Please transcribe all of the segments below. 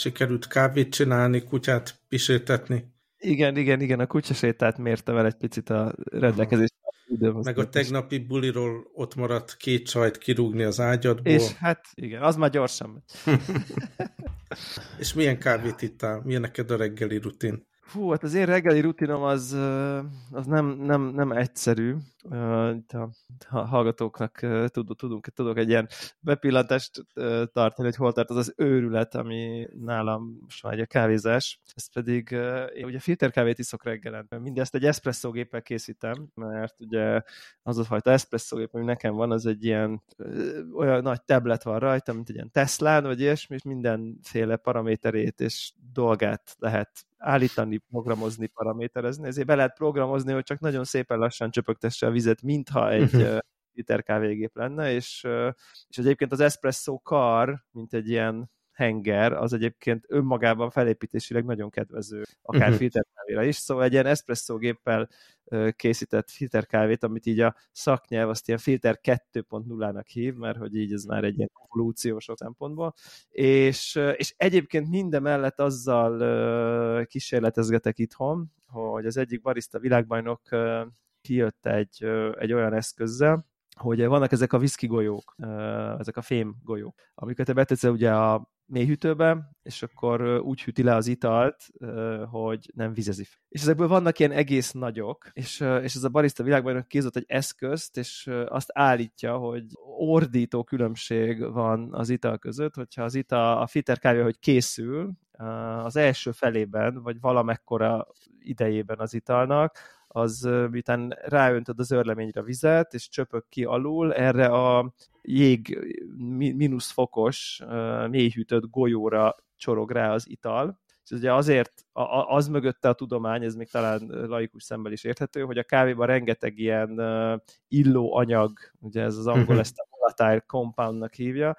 sikerült kávét csinálni, kutyát pisiltetni. Igen, a kutyasétát mértem el egy picit a rendelkezés. Meg a tegnapi buliról ott maradt 2 csajt kirúgni az ágyadból. És hát igen, az már gyorsan megy. És milyen kávét ittál? Milyen neked a reggeli rutin? Hú, hát az én reggeli rutinom az nem egyszerű. Itt a hallgatóknak tudok egy ilyen bepillantást tartani, hogy hol tart az őrület, ami nálam most már egy a kávézás. Ez pedig én ugye filterkávét iszok reggelen. Mindezt egy eszpresszógéppel készítem, mert ugye az a fajta eszpresszógép, ami nekem van, az egy ilyen olyan nagy tablet van rajta, mint egy ilyen Teslán, vagy ilyesmi, és mindenféle paraméterét és dolgát lehet állítani, programozni, paraméterezni. Ezért be lehet programozni, hogy csak nagyon szépen lassan csöpögtesse a vizet, mintha egy liter kávégép lenne, és egyébként az espresso kar, mint egy ilyen henger, az egyébként önmagában felépítésileg nagyon kedvező, akár filterkávéra is. Szóval egy ilyen espresso géppel készített filterkávét, amit így a szaknyelv azt ilyen filter 2.0-nak hív, mert hogy így ez már egy ilyen evolúciós szempontból. És egyébként mindemellett azzal kísérletezgetek itthon, hogy az egyik barista világbajnok kijött egy olyan eszközzel, hogy vannak ezek a whisky golyók, ezek a fém golyók, amiket te betetszel ugye a mélyhűtőbe, és akkor úgy hűti le az italt, hogy nem vizezi. És ezekből vannak ilyen egész nagyok, és ez a barista világbajnok készített egy eszközt, és azt állítja, hogy ordító különbség van az ital között, hogyha az ital, a filterkávé, hogy készül, az első felében, vagy valamekkora idejében az italnak, az miután ráöntöd az örleményre vizet, és csöpög ki alul, erre a jég mínuszfokos mélyhűtött golyóra csorog rá az ital. És ugye azért az mögötte a tudomány, ez még talán laikus szemmel is érthető, hogy a kávéban rengeteg ilyen illó anyag, ugye ez az angol ezt a volatile compoundnak hívja,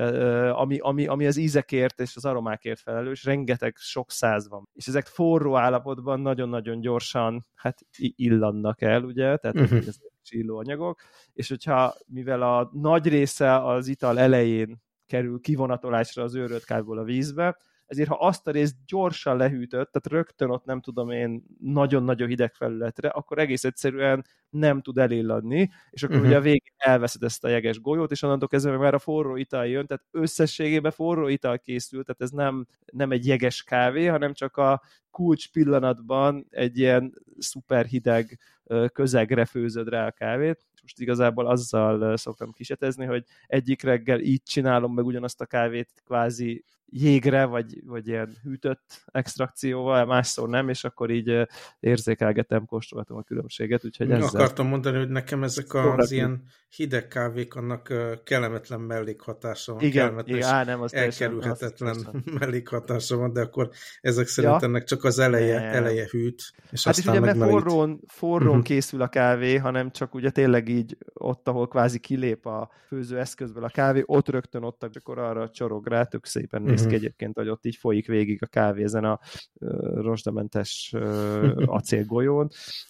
ami az ízekért és az aromákért felelős, rengeteg sok száz van. És ezek forró állapotban nagyon-nagyon gyorsan illannak el, ugye, tehát ezek is illó anyagok, és hogyha mivel a nagy része az ital elején kerül kivonatolásra az őrölt kávéból a vízbe, ezért ha azt a részt gyorsan lehűtött, tehát rögtön ott nem tudom én nagyon-nagyon hideg felületre, akkor egész egyszerűen nem tud elilladni, és akkor ugye a végén elveszed ezt a jeges golyót, és onnantól kezdve már a forró ital jön, tehát összességében forró ital készül, tehát ez nem egy jeges kávé, hanem csak a kulcs pillanatban egy ilyen szuper hideg közegre főzöd rá a kávét. Most igazából azzal szoktam kísérletezni, hogy egyik reggel így csinálom meg ugyanazt a kávét kvázi jégre, vagy ilyen hűtött extrakcióval, másszor nem, és akkor így érzékelgetem, kóstolgatom a különbséget. Úgyhogy akartam mondani, hogy nekem ezek az ilyen hideg kávék, annak kellemetlen mellékhatása van. Igen, nem, az elkerülhetetlen mellékhatása van, de akkor ezek szerint ennek csak az eleje hűt, és hát aztán is ugye, megmerít. forrón készül a kávé, hanem csak ugye tényleg így ott, ahol kvázi kilép a főzőeszközből a kávé, ott rögtön ott, akkor arra csorog rá, tök szépen néz ki egyébként, hogy ott így folyik végig a kávé ezen a rozsdamentes acélgolyón,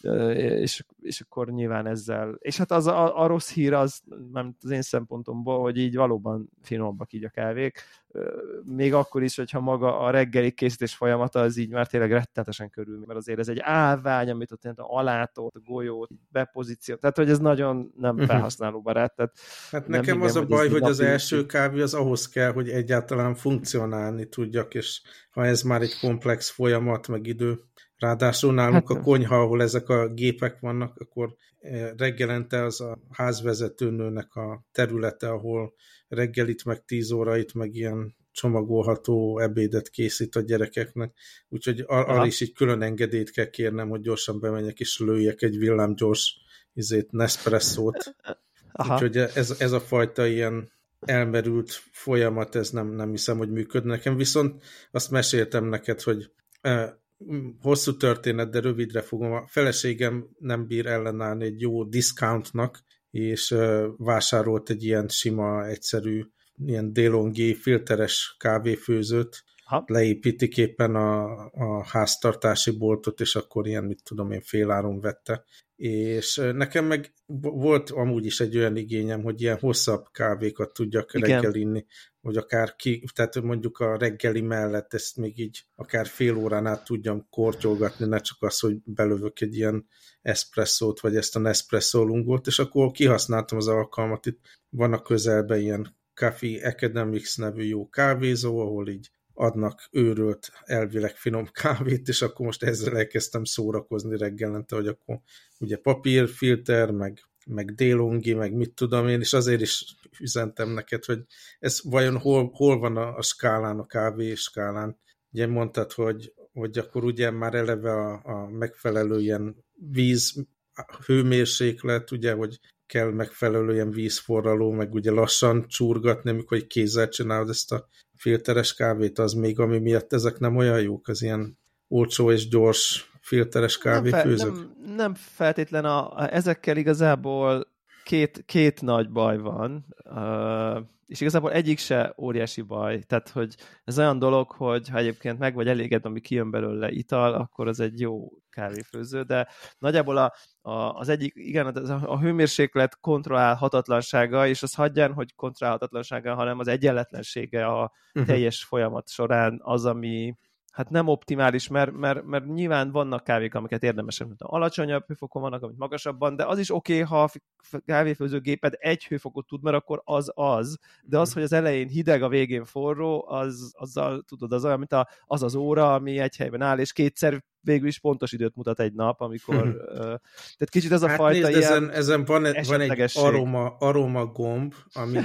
és akkor nyilván ezzel, és hát az a rossz hír az, nem az én szempontomból, hogy így valóban finomabbak így a kávék, még akkor is, hogyha maga a reggeli készítés folyamata az így már tényleg rettenetesen körül, mert azért ez egy állvány, amit ott alátolt, a golyót, bepozíció, tehát hogy ez nagyon nem felhasználóbarát. Tehát hát nekem az a baj, hogy az első kávé az ahhoz kell, hogy egyáltalán funkcionálni tudjak, és ha ez már egy komplex folyamat, meg idő, ráadásul nálunk a konyha, ahol ezek a gépek vannak, akkor reggelente az a házvezetőnőnek a területe, ahol reggelit, meg 10 órait, meg ilyen csomagolható ebédet készít a gyerekeknek. Úgyhogy arra is így külön engedélyt kell kérnem, hogy gyorsan bemenjek és lőjek egy villámgyors Nespresszót. Úgyhogy ez a fajta ilyen elmerült folyamat, ez nem hiszem, hogy működne nekem. Viszont azt meséltem neked, hogy hosszú történet, de rövidre fogom. A feleségem nem bír ellenállni egy jó discountnak, és vásárolt egy ilyen sima, egyszerű, ilyen DeLonghi filteres kávéfőzőt, leépítik éppen a háztartási boltot, és akkor ilyen, mit tudom én, féláron vette. És nekem meg volt amúgy is egy olyan igényem, hogy ilyen hosszabb kávékat tudjak reggel inni, vagy akár tehát mondjuk a reggeli mellett ezt még így akár fél órán át tudjam kortyolgatni, ne csak az, hogy belövök egy ilyen eszpresszót, vagy ezt a Nespresso lungót, és akkor kihasználtam az alkalmat. Itt van a közelben ilyen Coffee Academics nevű jó kávézó, ahol így adnak őrölt, elvileg finom kávét, és akkor most ezzel elkezdtem szórakozni reggelente, hogy akkor ugye papírfilter, meg DeLonghi, meg mit tudom én, és azért is üzentem neked, hogy ez vajon hol van a skálán, a kávé skálán. Ugye mondtad, hogy akkor ugye már eleve a megfelelő ilyen víz, hőmérséklet, ugye, hogy kell megfelelő ilyen vízforraló, meg ugye lassan csurgatni, amikor egy kézzel csinálod ezt a filteres kávét, az még, ami miatt ezek nem olyan jók, az ilyen olcsó és gyors filteres kávéfőzők? Nem feltétlen. Ezekkel igazából két nagy baj van, és igazából egyik se óriási baj. Tehát, hogy ez olyan dolog, hogy ha egyébként meg vagy eléged, ami kijön belőle ital, akkor az egy jó kávéfőző, de nagyjából az egyik, igen, a hőmérséklet kontrollálhatatlansága, és az hagyján, hogy kontrollálhatatlansága, hanem az egyenletlensége a teljes folyamat során az, ami hát nem optimális, mert nyilván vannak kávék, amiket érdemesebb, mint alacsonyabb hőfokon vannak, amit magasabban, de az is oké, ha a kávéfőzőgéped 1 hőfokot tud, mert akkor az, de az, hogy az elején hideg, a végén forró, azzal tudod, az olyan, mint az óra, ami egy helyben áll, és kétszer végül is pontos időt mutat egy nap, amikor tehát kicsit ez a fajta nézd, ilyen ezen van egy aroma gomb, ami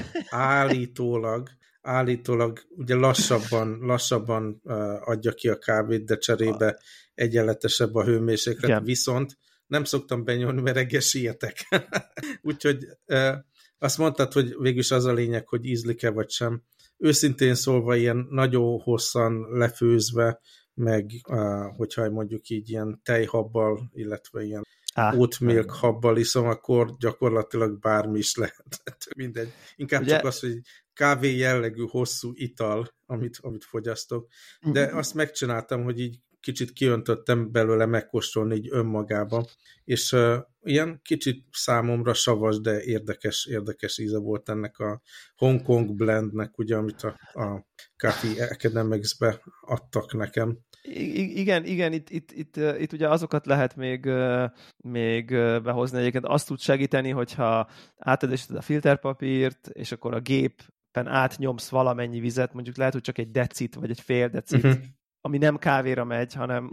állítólag ugye lassabban adja ki a kávét, de cserébe egyenletesebb a hőmérséklet. Igen. Viszont nem szoktam benyomni, mert reggel sietek. Úgyhogy azt mondtad, hogy végülis az a lényeg, hogy ízlik-e vagy sem. Őszintén szólva ilyen nagyon hosszan lefőzve, meg hogyha mondjuk így ilyen tejhabbal, illetve ilyen oatmilk habbal iszom, akkor gyakorlatilag bármi is lehet. Mindegy. Inkább ugye, csak az, hogy kávé jellegű hosszú ital, amit fogyasztok. De azt megcsináltam, hogy így kicsit kiöntöttem belőle megkóstolni így önmagába, és ilyen kicsit számomra savas, de érdekes íze volt ennek a Hong Kong blendnek, ugye, amit a Coffee Academics-be adtak nekem. Igen, itt ugye azokat lehet még behozni. Egyébként azt tud segíteni, hogyha átadásod a filterpapírt, és akkor a gépen átnyomsz valamennyi vizet, mondjuk lehet, hogy csak egy decit, vagy egy fél decit, ami nem kávéra megy, hanem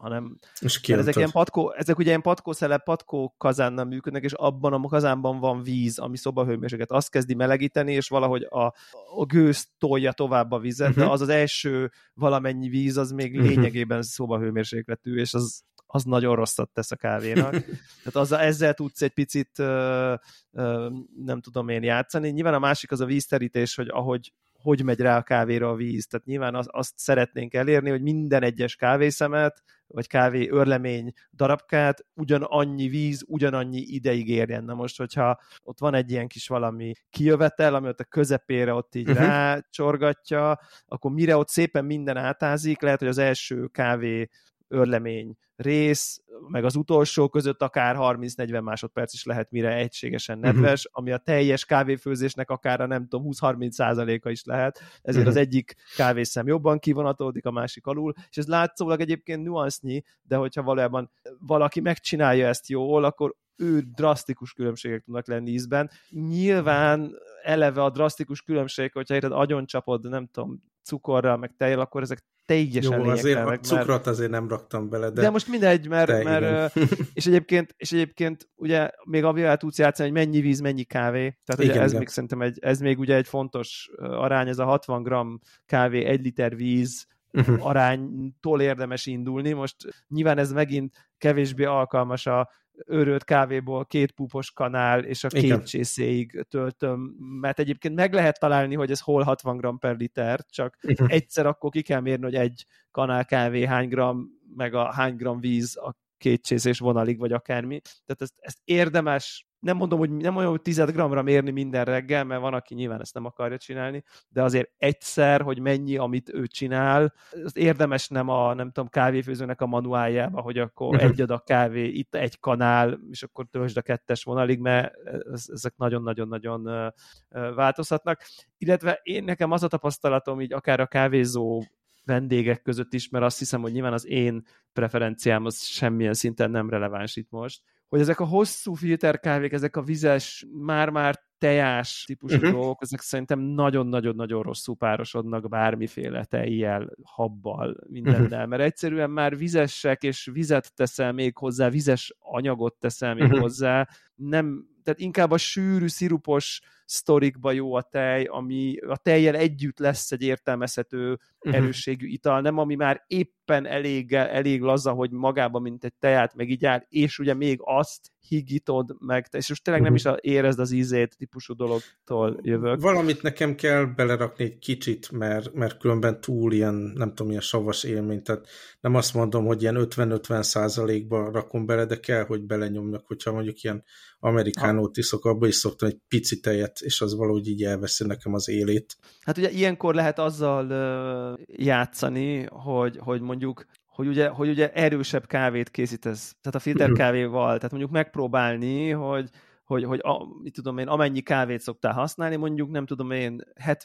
ezek ugye ilyen patkószelep, patkó kazánnal működnek, és abban a kazánban van víz, ami szobahőmérséklet. Azt kezdi melegíteni, és valahogy a gőz tolja tovább a vizet, de az első valamennyi víz, az még lényegében szobahőmérsékletű, és az nagyon rosszat tesz a kávénak. Tehát ezzel tudsz egy picit nem tudom én játszani. Nyilván a másik az a vízterítés, hogy hogy megy rá a kávéra a víz. Tehát nyilván azt szeretnénk elérni, hogy minden egyes kávészemet, vagy kávé örlemény darabkát ugyanannyi víz, ugyanannyi ideig érjen. Na most, hogyha ott van egy ilyen kis valami kijövetel, ami ott a közepére ott így rácsorgatja, akkor mire ott szépen minden átázik, lehet, hogy az első kávé örlemény rész, meg az utolsó között akár 30-40 másodperc is lehet, mire egységesen nedves, ami a teljes kávéfőzésnek akár a nem tudom 20-30%-a is lehet, ezért az egyik kávészem jobban kivonatolódik, a másik alul, és ez látszólag egyébként nuansznyi, de hogyha valójában valaki megcsinálja ezt jól, akkor drasztikus különbségek tudnak lenni ízben. Nyilván eleve a drasztikus különbség, hogyha érted agyoncsapod, nem tudom, cukorral, meg tejjel, akkor ezek teljesen lényegtelenek. A cukrot azért nem raktam bele, de most mindegy, mert és egyébként ugye még abban tudsz játszani, hogy mennyi víz, mennyi kávé. Tehát ugye ez még szerintem ez még ugye egy fontos arány, ez a 60 g kávé, 1 liter víz aránytól érdemes indulni. Most nyilván ez megint kevésbé alkalmas a őrölt kávéból 2 púpos kanál, és a 2 csészéig töltöm, mert egyébként meg lehet találni, hogy ez hol 60 g per liter, csak egyszer akkor ki kell mérni, hogy 1 kanál kávé hány gram, meg a hány gram víz a 2 csészés vonalig, vagy akármi. Tehát ezt érdemes nem mondom, hogy 10 g-ra mérni minden reggel, mert van, aki nyilván ezt nem akarja csinálni, de azért egyszer, hogy mennyi, amit ő csinál, az érdemes nem tudom, kávéfőzőnek a manuáljába, hogy akkor egy adag kávé, itt egy kanál, és akkor töltsd a 2-es vonalig, mert ezek nagyon-nagyon-nagyon változhatnak. Illetve nekem az a tapasztalatom, így akár a kávézó vendégek között is, mert azt hiszem, hogy nyilván az én preferenciám az semmilyen szinten nem releváns itt most, hogy ezek a hosszú filterkávék, ezek a vizes, már tejás típusú dolgok, ezek szerintem nagyon-nagyon-nagyon rosszul párosodnak bármiféle tejjel, habbal, mindennel, mert egyszerűen már vizesek, és vizet teszel még hozzá, vizes anyagot teszel még hozzá, tehát inkább a sűrű, szirupos sztorikba jó a tej, ami a tejjel együtt lesz egy értelmezhető erősségű ital, nem ami már éppen elég laza, hogy magában, mint egy teját megigyál, és ugye még azt higítod meg, és most tényleg nem is érezd az ízét típusú dologtól jövök. Valamit nekem kell belerakni egy kicsit, mert különben túl ilyen, nem tudom, ilyen savas élmény, tehát nem azt mondom, hogy ilyen 50-50%-ba rakom bele, de kell, hogy belenyomjak, hogyha mondjuk ilyen amerikánót iszok, abba is szoktam egy pici tejet, és az valahogy így elveszi nekem az élét. Hát ugye ilyenkor lehet azzal játszani, hogy mondjuk hogy ugye erősebb kávét készítesz, tehát a filterkávéval, tehát mondjuk megpróbálni, hogy mit tudom én, amennyi kávét szoktál használni, mondjuk nem tudom én,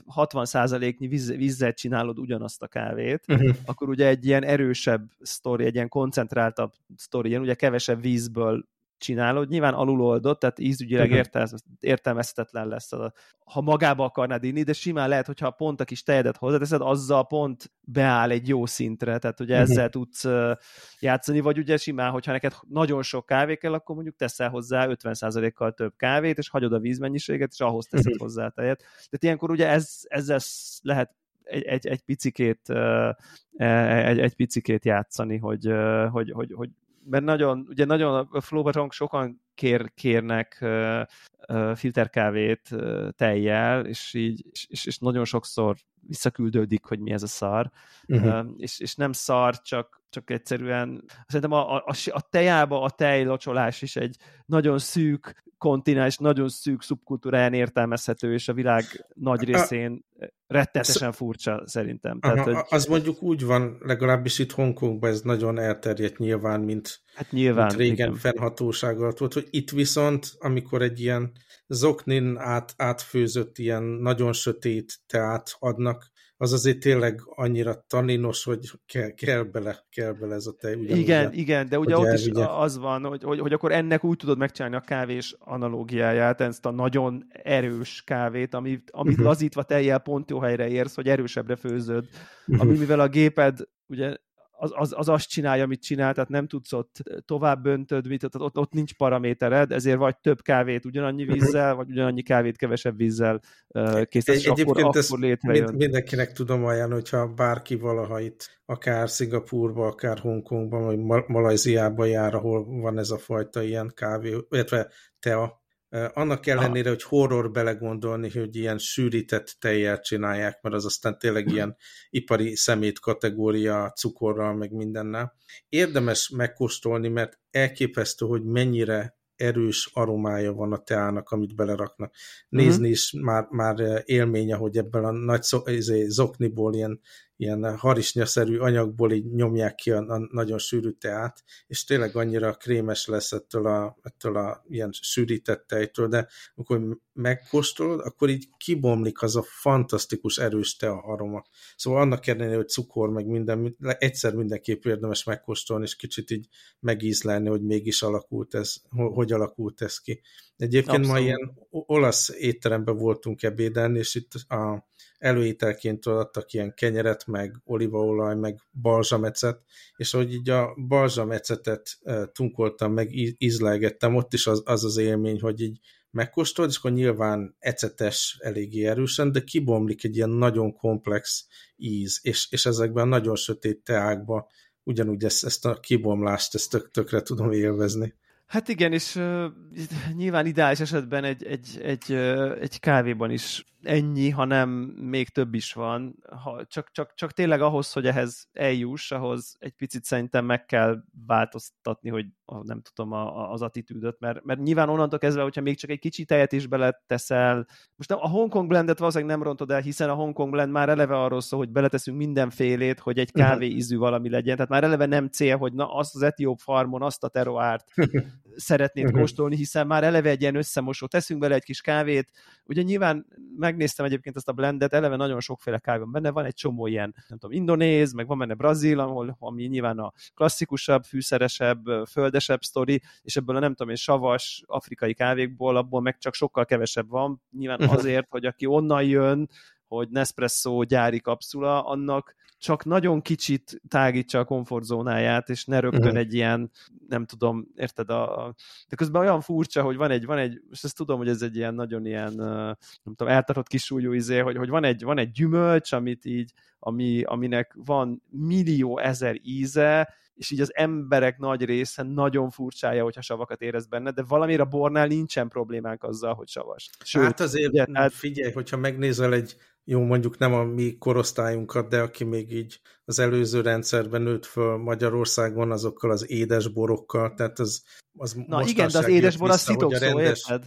60%-nyi vízzel csinálod ugyanazt a kávét, akkor ugye egy ilyen erősebb sztori, egy ilyen koncentráltabb sztori, ilyen ugye kevesebb vízből csinálod, nyilván aluloldott, tehát ízügyileg értelmezhetetlen lesz, ha magába akarnád inni, de simán lehet, hogyha pont a kis tejedet hozzáteszed, azzal pont beáll egy jó szintre, tehát ugye ezzel tudsz játszani, vagy ugye simán, hogyha neked nagyon sok kávé kell, akkor mondjuk teszel hozzá 50%-kal több kávét, és hagyod a vízmennyiséget, és ahhoz teszed hozzá a tejet. Tehát ilyenkor ugye ezzel lehet egy picikét játszani, hogy mert nagyon a Flow-ban sokan kérnek filterkávét tejjel, és nagyon sokszor visszaküldődik, hogy mi ez a szar. És nem szar, csak egyszerűen szerintem a tejába a tejlocsolás is egy nagyon szűk kontinens, nagyon szűk szubkultúráján értelmezhető, és a világ nagy részén rettenetesen furcsa szerintem. Tehát, az mondjuk úgy van, legalábbis itt Hongkongban ez nagyon elterjedt nyilván, mint régen fennhatósággal volt, hogy itt viszont, amikor egy ilyen zoknin átfőzött ilyen nagyon sötét teát adnak, az azért tényleg annyira taninos, hogy kell bele ez a tej. Igen, de ugye ott is az van, hogy akkor ennek úgy tudod megcsinálni a kávés analógiáját, ezt a nagyon erős kávét, amit lazítva tejjel pont jó helyre érsz, hogy erősebbre főzöd, ami mivel a géped ugye az azt csinálja, amit csinál, tehát nem tudsz ott tovább öntöd, ott nincs paramétered, ezért vagy több kávét ugyanannyi vízzel, vagy ugyanannyi kávét kevesebb vízzel készítesz, és akkor létrejön. Mindenkinek tudom ajánlani, hogyha bárki valaha itt, akár Szingapúrba, akár Hongkongban, vagy Malajziában jár, ahol van ez a fajta ilyen kávé, illetve tea, annak ellenére, hogy horror belegondolni, hogy ilyen sűrített tejjel csinálják, mert az aztán tényleg ilyen ipari szemét kategória cukorral, meg mindennel. Érdemes megkóstolni, mert elképesztő, hogy mennyire erős aromája van a teának, amit beleraknak. Nézni is már élménye, hogy ebből a nagy zokniból ilyen harisnyaszerű anyagból így nyomják ki a nagyon sűrű teát, és tényleg annyira krémes lesz ettől a ilyen sűrített tejtől, de amikor megkóstolod, akkor így kibomlik az a fantasztikus erős tea aroma. Szóval annak ellenére, hogy cukor, meg minden, egyszer mindenképp érdemes megkóstolni, és kicsit így megízlelni, hogy mégis hogy alakult ez ki. Egyébként Abszolút. Ma ilyen olasz étteremben voltunk ebédelni, és itt előételként adtak ilyen kenyeret, meg olívaolaj, meg balzsamecet, és hogy így a balzsamecetet tunkoltam, meg ízlelgettem, ott is az élmény, hogy így megkóstolod, és akkor nyilván ecetes eléggé erősen, de kibomlik egy ilyen nagyon komplex íz, és ezekben a nagyon sötét teákban ugyanúgy ezt a kibomlást, ezt tökre tudom élvezni. Hát igen, és nyilván ideális esetben egy kávéban is ennyi, hanem még több is van. Csak tényleg ahhoz, hogy ehhez eljuss, ahhoz egy picit szerintem meg kell változtatni, hogy nem tudom, az attitűdöt, mert nyilván onnantól kezdve, hogyha még csak egy kicsi tejet is beleteszel, most a Hongkong blendet valószínűleg nem rontod el, hiszen a Hongkong blend már eleve arról szól, hogy beleteszünk mindenfélét, hogy egy kávé ízű valami legyen, tehát már eleve nem cél, hogy na azt az etióp farmon, azt a teroárt szeretnéd kóstolni, hiszen már eleve egy ilyen összemosó, teszünk bele egy kis kávét. Ugye nyilván megnéztem egyébként ezt a blendet, eleve nagyon sokféle kávé van benne, van egy csomó ilyen, nem tudom, indonéz, meg van benne brazil, ami nyilván a klasszikusabb, fűszeresebb, földesebb sztori, és ebből a nem tudom én savas afrikai kávékból, abból meg csak sokkal kevesebb van. Nyilván azért, hogy aki onnan jön, hogy Nespresso gyári kapszula, annak csak nagyon kicsit tágítsa a komfortzónáját, és ne rögtön egy ilyen, nem tudom, érted, de közben olyan furcsa, hogy van egy, most ezt tudom, hogy ez egy ilyen nagyon ilyen, nem tudom, eltartott kisúlyú hogy van egy gyümölcs, amit így, aminek van millió ezer íze, és így az emberek nagy része nagyon furcsája, hogyha savakat érez benne, de valamire a bornál nincsen problémánk azzal, hogy savas. Sőt, hát azért ugye, figyelj, hogyha megnézel egy, jó, mondjuk nem a mi korosztályunkat, de aki még így az előző rendszerben nőtt föl Magyarországon azokkal az édes borokkal, tehát az na igen, de az édes bor az szitokszó, érted?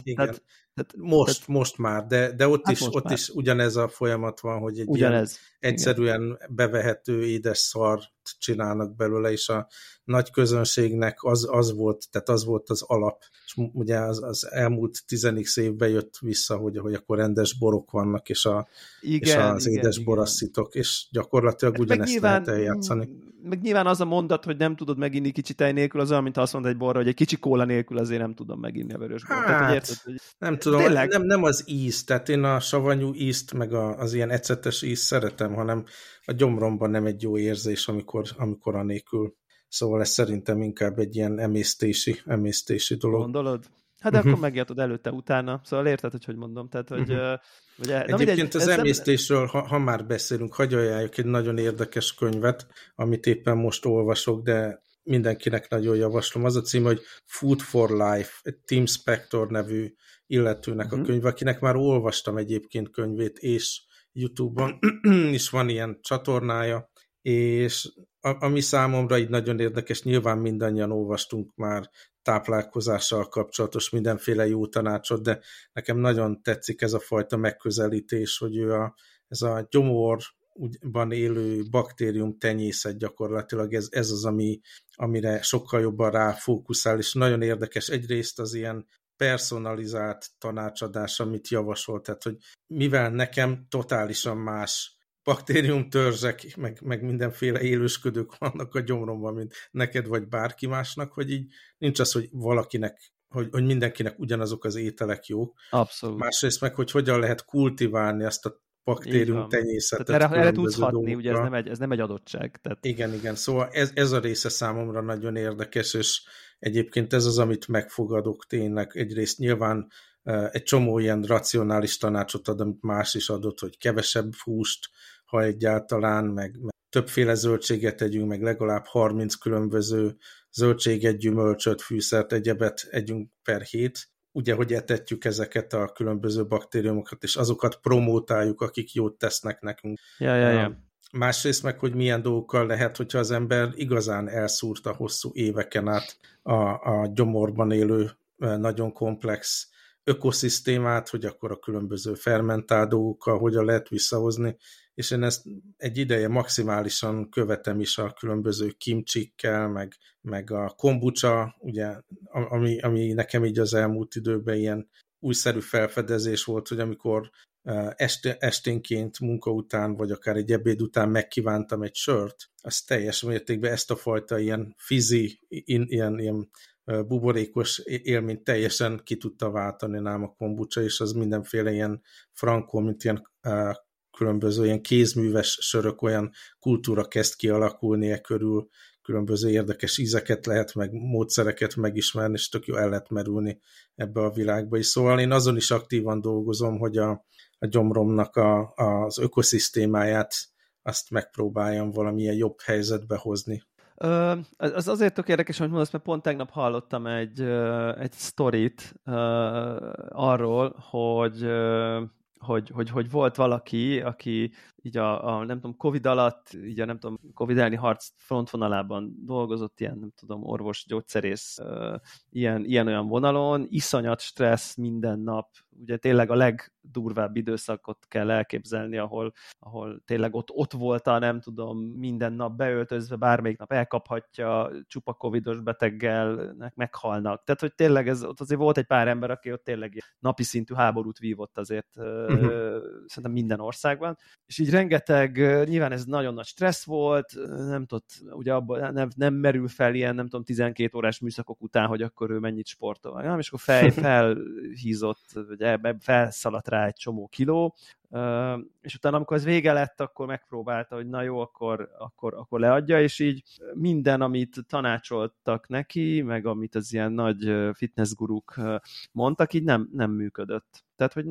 Most már, de ott is ugyanez a folyamat van, hogy egy ilyen egyszerűen bevehető édes szart csinálnak belőle, és a nagy közönségnek az volt az alap. És ugye az elmúlt 10 évben jött vissza, hogy akkor rendes borok vannak, és az édes borasszitok, és gyakorlatilag ugyanezt lehet eljátszani. Meg nyilván az a mondat, hogy nem tudod meginni kicsi tej nélkül, az olyan, mint ha azt mondod egy borra, hogy egy kicsi kóla nélkül azért nem tudom meginni a vörös bort. Hát, érted, hogy nem tudom, nem az íz, tehát én a savanyú ízt, meg az ilyen ecetes ízt szeretem, hanem a gyomromban nem egy jó érzés, amikor anélkül. Szóval ez szerintem inkább egy ilyen emésztési dolog. Gondolod? Hát de akkor megjártad előtte, utána. Szóval érted, hogy mondom. Tehát, hogy, egyébként az emésztésről, ha már beszélünk, hagyj ajánljuk egy nagyon érdekes könyvet, amit éppen most olvasok, de mindenkinek nagyon javaslom. Az a cím, hogy Food for Life, egy Tim Spector nevű illetőnek a könyv, akinek már olvastam egyébként könyvét, és YouTube-on is van ilyen csatornája, és ami számomra így nagyon érdekes, nyilván mindannyian olvastunk már táplálkozással kapcsolatos mindenféle jó tanácsot, de nekem nagyon tetszik ez a fajta megközelítés, hogy ő ez a gyomorban élő baktérium tenyészet gyakorlatilag, ez az, amire sokkal jobban ráfókuszál, és nagyon érdekes egyrészt az ilyen personalizált tanácsadás, amit javasolt, tehát hogy mivel nekem totálisan más baktériumtörzsek, meg mindenféle élősködők vannak a gyomromban, mint neked vagy bárki másnak, hogy így nincs az, hogy valakinek, hogy mindenkinek ugyanazok az ételek jók. Abszolút. Másrészt meg, hogy hogyan lehet kultiválni azt a baktérium tenyészetet. Erre tudsz hatni, ugye ez nem egy adottság. Tehát... Igen, szóval ez a része számomra nagyon érdekes, és egyébként ez az, amit megfogadok tényleg. Egyrészt nyilván egy csomó ilyen racionális tanácsot ad, amit más is adott, hogy kevesebb húst, ha egyáltalán, meg többféle zöldséget tegyünk, meg legalább 30 különböző zöldséget, gyümölcsöt, fűszert, egyebet együnk per hét. Ugye, hogy etetjük ezeket a különböző baktériumokat, és azokat promótáljuk, akik jót tesznek nekünk. Ja. Másrészt meg, hogy milyen dolgokkal lehet, hogyha az ember igazán elszúrta hosszú éveken át a gyomorban élő nagyon komplex ökoszisztémát, hogy akkor a különböző fermentált dolgokkal hogyan lehet visszahozni, és én ezt egy ideje maximálisan követem is a különböző kimcsikkel, meg a kombucha, ugye, ami nekem így az elmúlt időben ilyen újszerű felfedezés volt, hogy amikor esténként munka után, vagy akár egy ebéd után megkívántam egy sört, az teljes mértékben ezt a fajta ilyen fizzi, ilyen buborékos élményt teljesen ki tudta váltani nálam a kombucha, és az mindenféle ilyen frankó, mint ilyen különböző ilyen kézműves sörök, olyan kultúra kezd kialakulni körül, különböző érdekes ízeket lehet, meg módszereket megismerni, és tök jó el lehet merülni ebbe a világba is. Szóval én azon is aktívan dolgozom, hogy a gyomromnak az ökoszisztémáját azt megpróbáljam valamilyen jobb helyzetbe hozni. Az azért tök érdekes, hogy mondasz, mert pont tegnap hallottam egy sztorit arról, hogy hogy volt valaki, aki így a nem tudom, Covid alatt, így a nem tudom, Covid elleni harc frontvonalában dolgozott, ilyen nem tudom, orvos, gyógyszerész, ilyen-olyan vonalon, iszonyat stressz minden nap, ugye tényleg a legdurvább időszakot kell elképzelni, ahol tényleg ott volt a nem tudom, minden nap beöltözve, bármelyik nap elkaphatja, csupa covidos beteggel meghalnak. Tehát, hogy tényleg ott azért volt egy pár ember, aki ott tényleg napi szintű háborút vívott azért szerintem minden országban. És így rengeteg, nyilván ez nagyon nagy stressz volt, nem tudott, ugye abban nem merül fel ilyen, nem tudom, 12 órás műszakok után, hogy akkor ő mennyit sportol. És akkor felhízott, vagy felszaladt rá egy csomó kiló, és utána, amikor ez vége lett, akkor megpróbálta, hogy na jó, akkor leadja, és így minden, amit tanácsoltak neki, meg amit az ilyen nagy fitnessguruk mondtak, így nem működött. Tehát, hogy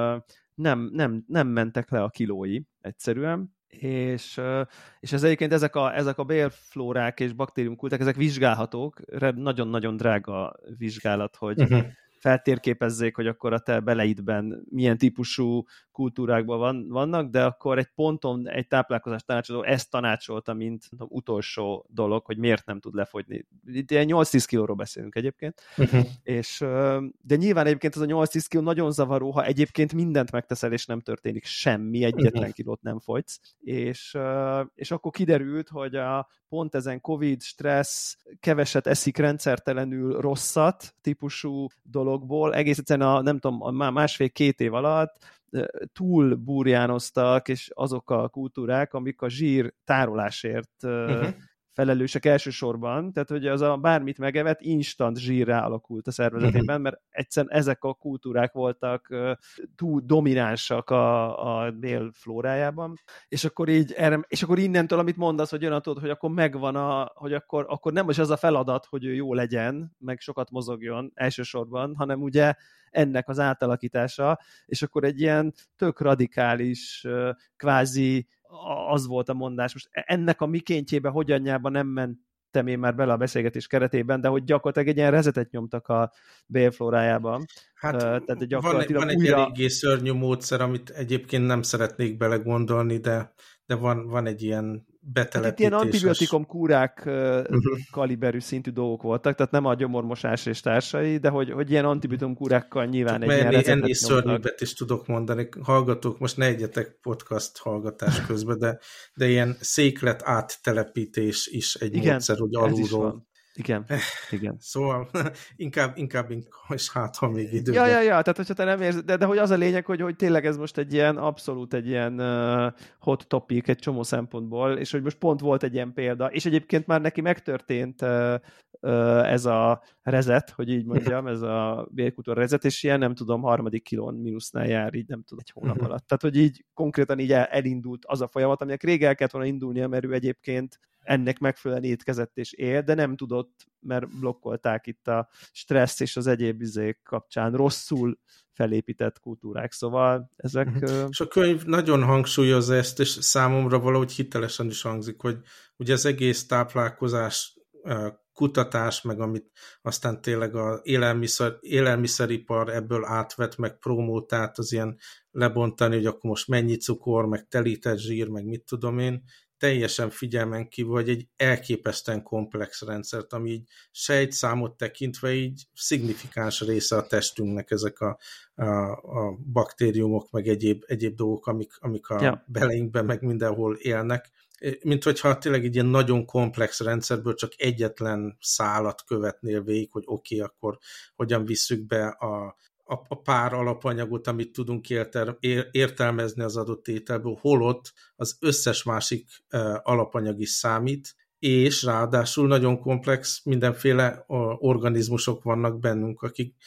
nem mentek le a kilói egyszerűen, és ez egyébként ezek a bélflórák és baktériumkulták, ezek vizsgálhatók, nagyon-nagyon drága vizsgálat, hogy feltérképezzék, hogy akkor a te beleidben milyen típusú kultúrákban vannak, de akkor egy ponton egy táplálkozás tanácsadó ezt tanácsolta, mint utolsó dolog, hogy miért nem tud lefogyni. Itt ilyen 8-10 kilóról beszélünk egyébként, de nyilván egyébként az a 8-10 kiló nagyon zavaró, ha egyébként mindent megteszel, és nem történik semmi, egyetlen kilót nem fogysz, és akkor kiderült, hogy pont ezen Covid, stressz, keveset eszik rendszertelenül rosszat típusú dologból, egész egyszerűen nem tudom, másfél-két év alatt túl burjánoztak, és azok a kultúrák, amik a zsír tárolásért felelősek elsősorban, tehát hogy az a bármit megevett, instant zsírrá alakult a szervezetében, mert egyszerűen ezek a kultúrák voltak túl dominánsak a bélflórájában, és akkor innentől, amit mondasz, hogy jön hogy akkor megvan hogy akkor nem is az a feladat, hogy ő jó legyen, meg sokat mozogjon elsősorban, hanem ugye ennek az átalakítása, és akkor egy ilyen tök radikális, kvázi az volt a mondás. Most ennek a mikéntjébe, hogyanjában nem mentem én már bele a beszélgetés keretében, de hogy gyakorlatilag egy ilyen rezetet nyomtak a bélflórájában. Hát tehát van egy eléggé szörnyű módszer, amit egyébként nem szeretnék belegondolni, de van egy ilyen betelepítéses. Hát itt ilyen antibiotikum kúrák kaliberű szintű dolgok voltak, tehát nem a gyomormosás és társai, de hogy ilyen antibiotikum kúrákkal nyilván egy ilyen receptet ennél szörnyűbbet is tudok mondani. Hallgatók, most ne egyetek podcast hallgatás közben, de ilyen széklet áttelepítés is egy módszer, hogy alulról. Igen. Szóval inkább és hát, ha még idő. Ja, tehát hogyha te nem érsz, de hogy az a lényeg, hogy tényleg ez most egy ilyen abszolút egy ilyen hot topic egy csomó szempontból, és hogy most pont volt egy ilyen példa, és egyébként már neki megtörtént ez a rezet, hogy így mondjam, ez a bélkultúra rezet, és ilyen nem tudom, 3. kilón mínusznál jár, így nem tudom, egy hónap alatt. Tehát, hogy így konkrétan így elindult az a folyamat, aminek rég el kellett volna indulnia, mert ő egyébként ennek megfelelően étkezett és él, de nem tudott, mert blokkolták itt a stressz és az egyéb izék kapcsán rosszul felépített kultúrák, szóval ezek... És a könyv nagyon hangsúlyozza ezt, és számomra valahogy hitelesen is hangzik, hogy ugye az egész táplálkozás kutatás, meg amit aztán tényleg az élelmiszeripar ebből átvett, meg promótált, az ilyen lebontani, hogy akkor most mennyi cukor, meg telített zsír, meg mit tudom én, teljesen figyelmen kívül, hogy egy elképesztően komplex rendszert, ami így sejtszámot tekintve így szignifikáns része a testünknek ezek a baktériumok, meg egyéb dolgok, amik a beleinkben meg mindenhol élnek. Mint hogyha tényleg egy ilyen nagyon komplex rendszerből csak egyetlen szálat követnél végig, hogy oké, akkor hogyan visszük be a pár alapanyagot, amit tudunk értelmezni az adott ételből, holott az összes másik alapanyag is számít, és ráadásul nagyon komplex mindenféle organizmusok vannak bennünk,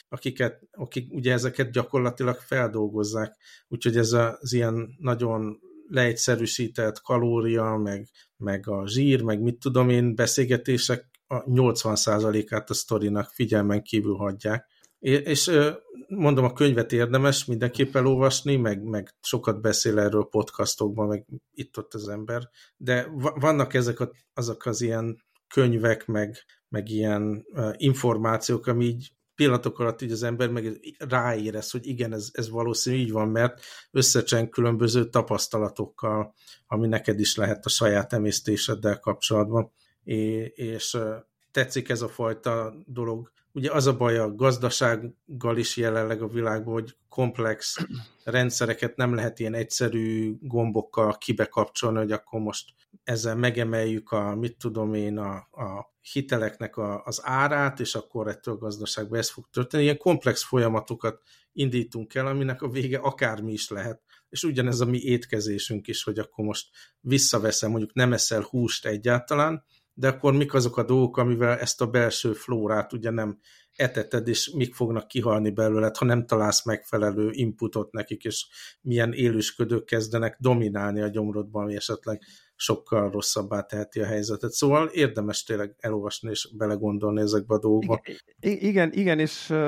akik ugye ezeket gyakorlatilag feldolgozzák. Úgyhogy ez az ilyen nagyon leegyszerűsített kalória, meg a zsír, meg mit tudom én, beszélgetések a 80%-át a sztorinak figyelmen kívül hagyják. És mondom, a könyvet érdemes mindenképp elolvasni, meg sokat beszél erről podcastokban, meg itt-ott az ember, de vannak azok az ilyen könyvek, meg ilyen információk, ami így pillanatok alatt így az ember meg ráérez, hogy igen, ez valószínű így van, mert összecseng különböző tapasztalatokkal, ami neked is lehet a saját emésztéseddel kapcsolatban. És tetszik ez a fajta dolog. Ugye az a baj a gazdasággal is jelenleg a világban, hogy komplex rendszereket nem lehet ilyen egyszerű gombokkal kibekapcsolni, hogy akkor most ezzel megemeljük mit tudom én, a hiteleknek az árát, és akkor ettől a gazdaságban ez fog történni. Ilyen komplex folyamatokat indítunk el, aminek a vége akármi is lehet. És ugyanez a mi étkezésünk is, hogy akkor most visszaveszem, mondjuk nem eszel húst egyáltalán, de akkor mik azok a dolgok, amivel ezt a belső flórát ugye nem eteted, és mik fognak kihalni belőled, ha nem találsz megfelelő inputot nekik, és milyen élősködők kezdenek dominálni a gyomrodban, ami esetleg sokkal rosszabbá teheti a helyzetet. Szóval érdemes tényleg elolvasni és belegondolni ezekbe a dolgokba. Igen,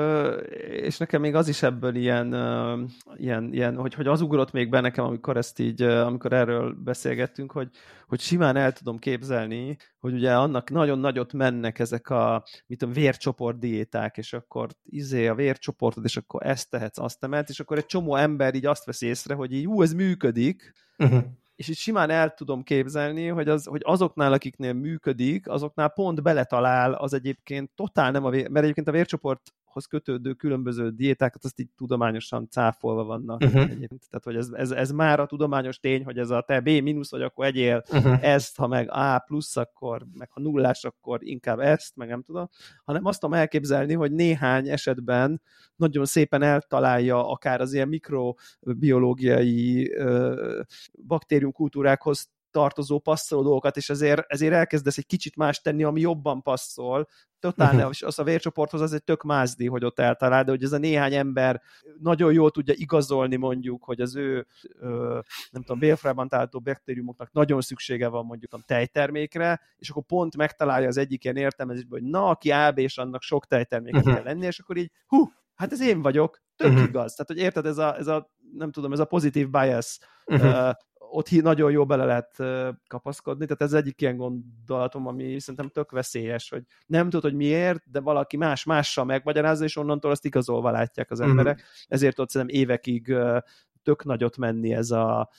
és nekem még az is ebből ilyen hogy az ugrott még be nekem, amikor erről beszélgettünk, hogy simán el tudom képzelni, hogy ugye annak nagyon nagyot mennek ezek a vércsoport diéták, és akkor a vércsoportod, és akkor ezt tehetsz, azt temetsz, és akkor egy csomó ember így azt veszi észre, hogy így ez működik, és így simán el tudom képzelni, hogy azoknál, akiknél működik, azoknál pont beletalál az egyébként totál nem mert egyébként a vércsoporthoz kötődő különböző diétákat azt így tudományosan cáfolva vannak. Tehát, hogy ez már a tudományos tény, hogy ez a te B- vagy akkor egyél ezt, ha meg A+, akkor meg ha nullás, akkor inkább ezt, meg nem tudom, hanem azt tudom elképzelni, hogy néhány esetben nagyon szépen eltalálja akár az ilyen mikrobiológiai baktériumkultúrákhoz tartozó passzoló dolgokat, és ezért elkezdesz egy kicsit más tenni, ami jobban passzol. Totál, és az a vércsoporthoz az egy tök mázdi, hogy ott eltalál, de hogy ez a néhány ember nagyon jól tudja igazolni mondjuk, hogy az ő nem tudom, bélfrában található baktériumoknak nagyon szüksége van mondjuk a tejtermékre, és akkor pont megtalálja az egyik ilyen értelmezésben, hogy aki AB, és annak sok tejterméket kell lenni, és akkor így, hát ez én vagyok, tök igaz. Tehát, hogy érted, ez a nem tudom, ez a pozitív bias ott nagyon jó bele lehet kapaszkodni, tehát ez egyik ilyen gondolatom, ami szerintem tök veszélyes, hogy nem tudod, hogy miért, de valaki mással megmagyarázza, és onnantól azt igazolva látják az emberek. Ezért ott szerintem évekig tök nagyot menni ez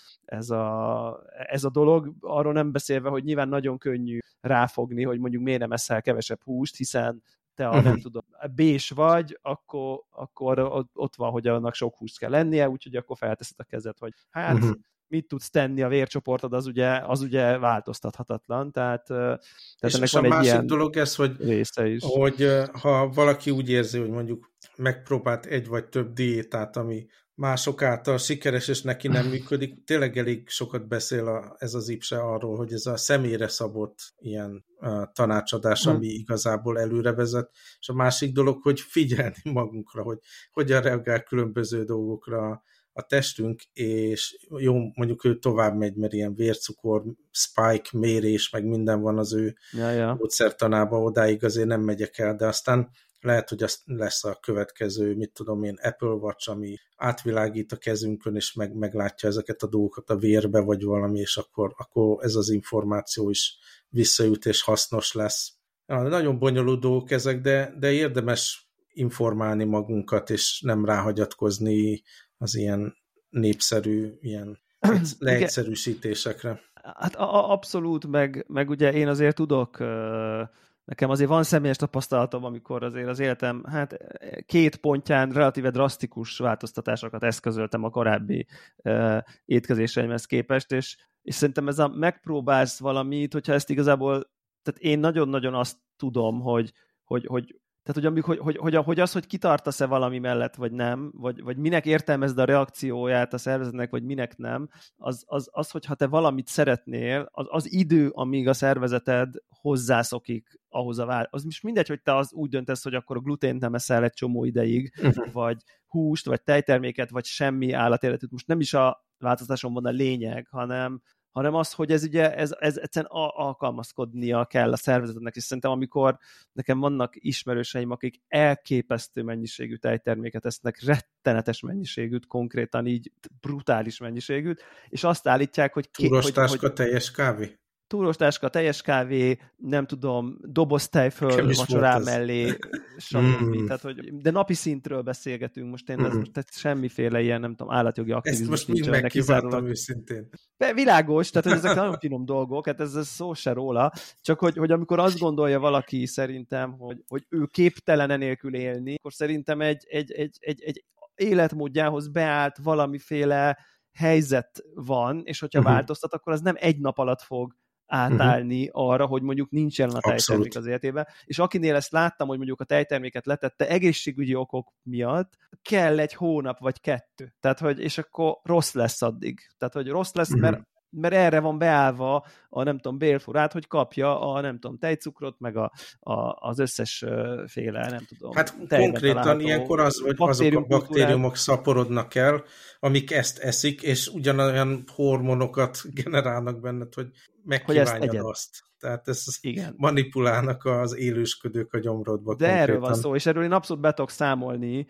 a dolog, arról nem beszélve, hogy nyilván nagyon könnyű ráfogni, hogy mondjuk miért nem eszel kevesebb húst, hiszen te nem tudom, B-s vagy, akkor ott van, hogy annak sok húst kell lennie, úgyhogy akkor felteszed a kezed, hogy hát mit tudsz tenni a vércsoportod, az ugye változtathatatlan, tehát ennek van egy ilyen dolog ez, hogy ha valaki úgy érzi, hogy mondjuk megpróbált egy vagy több diétát, ami mások által sikeres, és neki nem működik, tényleg elég sokat beszél ez az IPSE arról, hogy ez a személyre szabott ilyen tanácsadás, ami igazából előre vezet, és a másik dolog, hogy figyelni magunkra, hogy hogyan reagál különböző dolgokra a testünk, és jó, mondjuk ő tovább megy, mert ilyen vércukor, spike mérés, meg minden van az ő módszertanában, odáig azért nem megyek el, de aztán lehet, hogy az lesz a következő, mit tudom én, Apple Watch, ami átvilágít a kezünkön, és meglátja ezeket a dolgokat a vérbe, vagy valami, és akkor ez az információ is visszajut, és hasznos lesz. Nagyon bonyolult dolgok ezek, de érdemes informálni magunkat, és nem ráhagyatkozni az ilyen népszerű, ilyen leegyszerűsítésekre. Hát abszolút, meg ugye én azért tudok, nekem azért van személyes tapasztalatom, amikor azért az életem 2 pontján relatíve drasztikus változtatásokat eszközöltem a korábbi étkezéseimhez képest, és szerintem ez megpróbálsz valamit, hogyha ezt igazából, tehát én nagyon-nagyon azt tudom, hogy hogy kitartasz-e valami mellett, vagy nem, vagy minek értelmezed a reakcióját a szervezetnek, vagy minek nem, az hogyha te valamit szeretnél, az idő, amíg a szervezeted hozzászokik ahhoz az most mindegy, hogy te az úgy döntesz, hogy akkor a glutént nem eszel egy csomó ideig, vagy húst, vagy tejterméket, vagy semmi állatéletűt. Most nem is a változáson van a lényeg, hanem az, hogy ez ugye ez egyszerűen alkalmazkodnia kell a szervezetnek, és szerintem amikor nekem vannak ismerőseim, akik elképesztő mennyiségű tejterméket esznek, rettenetes mennyiségűt, konkrétan így brutális mennyiségűt, és azt állítják, hogy... Túrostáska teljes kávé? túrostáska, teljes kávé, nem tudom, doboz tejföl vacsorám mellé, stb. Tehát, hogy, de napi szintről beszélgetünk most, én ez most semmiféle ilyen, nem tudom, állatjogi aktivizmus nincs. Ezt most mind megkívántam őszintén. Világos, tehát hogy ezek nagyon finom dolgok, hát ez szó se róla, csak hogy amikor azt gondolja valaki szerintem, hogy ő képtelen enélkül élni, akkor szerintem egy életmódjához beállt valamiféle helyzet van, és hogyha változtat, akkor az nem egy nap alatt fog átállni arra, hogy mondjuk nincs jelen a tejtermék az életében. És akinél ezt láttam, hogy mondjuk a tejterméket letette egészségügyi okok miatt, kell 1 hónap vagy 2. Tehát, hogy, és akkor rossz lesz addig. Tehát, hogy rossz lesz, mert erre van beállva a nem tudom, bélfurát, hogy kapja a nem tudom, tejcukrot, meg az összes féle, nem tudom. Hát konkrétan ilyenkor az, hogy azok a baktériumok szaporodnak el, amik ezt eszik, és ugyanolyan hormonokat generálnak benned, hogy megkívánjad azt. Tehát ezt manipulálnak az élősködők a gyomrodba. De konkrétan. Erről van szó, és erről én abszolút be tudok számolni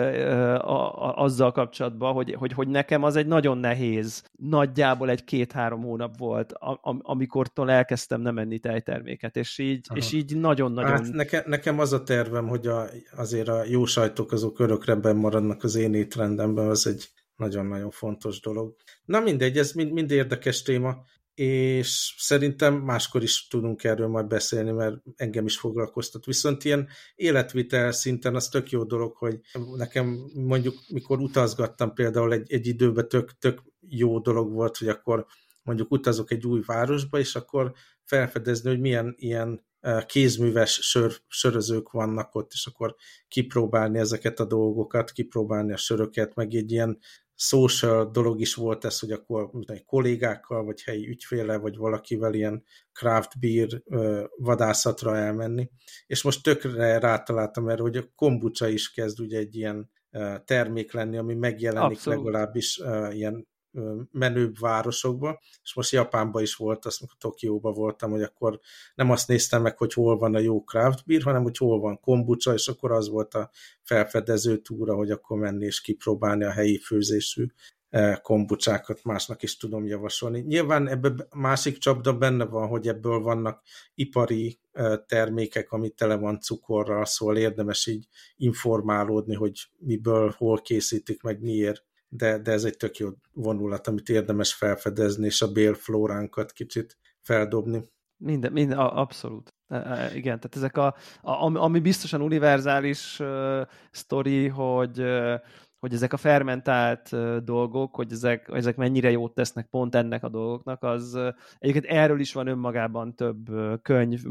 azzal kapcsolatban, hogy nekem az egy nagyon nehéz, nagyjából 1-2-3 hónap volt, amikortól elkezdtem nem enni tejterméket, és így nagyon-nagyon... Hát nekem az a tervem, hogy azért a jó sajtok azok örökre benn maradnak az én étrendemben, az egy nagyon-nagyon fontos dolog. Na mindegy, ez mind érdekes téma, és szerintem máskor is tudunk erről majd beszélni, mert engem is foglalkoztat. Viszont ilyen életvitel szinten az tök jó dolog, hogy nekem mondjuk, mikor utazgattam például egy időben tök jó dolog volt, hogy akkor mondjuk utazok egy új városba, és akkor felfedezni, hogy milyen ilyen kézműves sörözők vannak ott, és akkor kipróbálni ezeket a dolgokat, kipróbálni a söröket, meg egy ilyen social dolog is volt ez, hogy akkor kollégákkal, vagy helyi ügyféllel, vagy valakivel ilyen craft beer vadászatra elmenni. És most tökre rátaláltam erre, hogy a kombucha is kezd ugye egy ilyen termék lenni, ami megjelenik abszolút. Legalábbis ilyen menőbb városokba, és most Japánban is volt, azt amikor Tokióban voltam, hogy akkor nem azt néztem meg, hogy hol van a jó craft beer, hanem hogy hol van kombucha, és akkor az volt a felfedező túra, hogy akkor menni és kipróbálni a helyi főzésű kombucsákat, másnak is tudom javasolni. Nyilván ebben másik csapda benne van, hogy ebből vannak ipari termékek, ami tele van cukorral, szóval érdemes így informálódni, hogy miből, hol készítik, meg miért. De ez egy tök jó vonulat, amit érdemes felfedezni, és a bélflóránkat kicsit feldobni. Minden, abszolút. Igen, tehát ezek ami biztosan univerzális sztori, hogy ezek a fermentált dolgok, hogy ezek mennyire jót tesznek pont ennek a dolgoknak, az egyébként erről is van önmagában több könyv,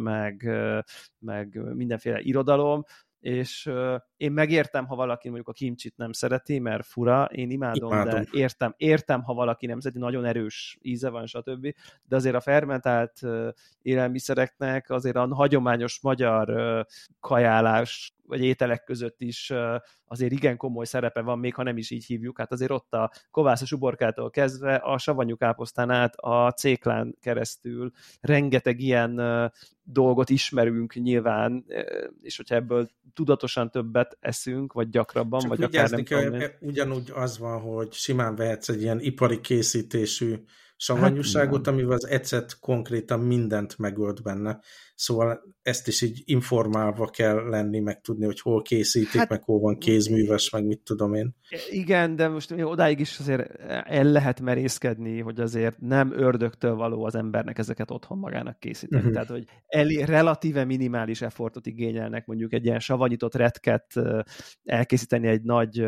meg mindenféle irodalom, és én megértem, ha valaki mondjuk a kimcsit nem szereti, mert fura, én imádom. De értem, ha valaki nem szereti, nagyon erős íze van, stb. De azért a fermentált élelmiszereknek azért a hagyományos magyar kajálás vagy ételek között is azért igen komoly szerepe van, még ha nem is így hívjuk. Hát azért ott a kovászos uborkától kezdve a savanyú káposztán át a céklán keresztül rengeteg ilyen dolgot ismerünk nyilván, és hogyha ebből tudatosan többet eszünk, vagy gyakrabban, csak vagy akár nem tudom. Ugyanúgy az van, hogy simán vehetsz egy ilyen ipari készítésű savanyúságot, amivel az ecet konkrétan mindent megölt benne. Szóval ezt is így informálva kell lenni, meg tudni, hogy hol készítik, meg hol van kézműves, meg mit tudom én. Igen, de most odáig is azért el lehet merészkedni, hogy azért nem ördögtől való az embernek ezeket otthon magának készíteni. Tehát, hogy relatíve minimális effortot igényelnek mondjuk egy ilyen savanyított retket elkészíteni egy nagy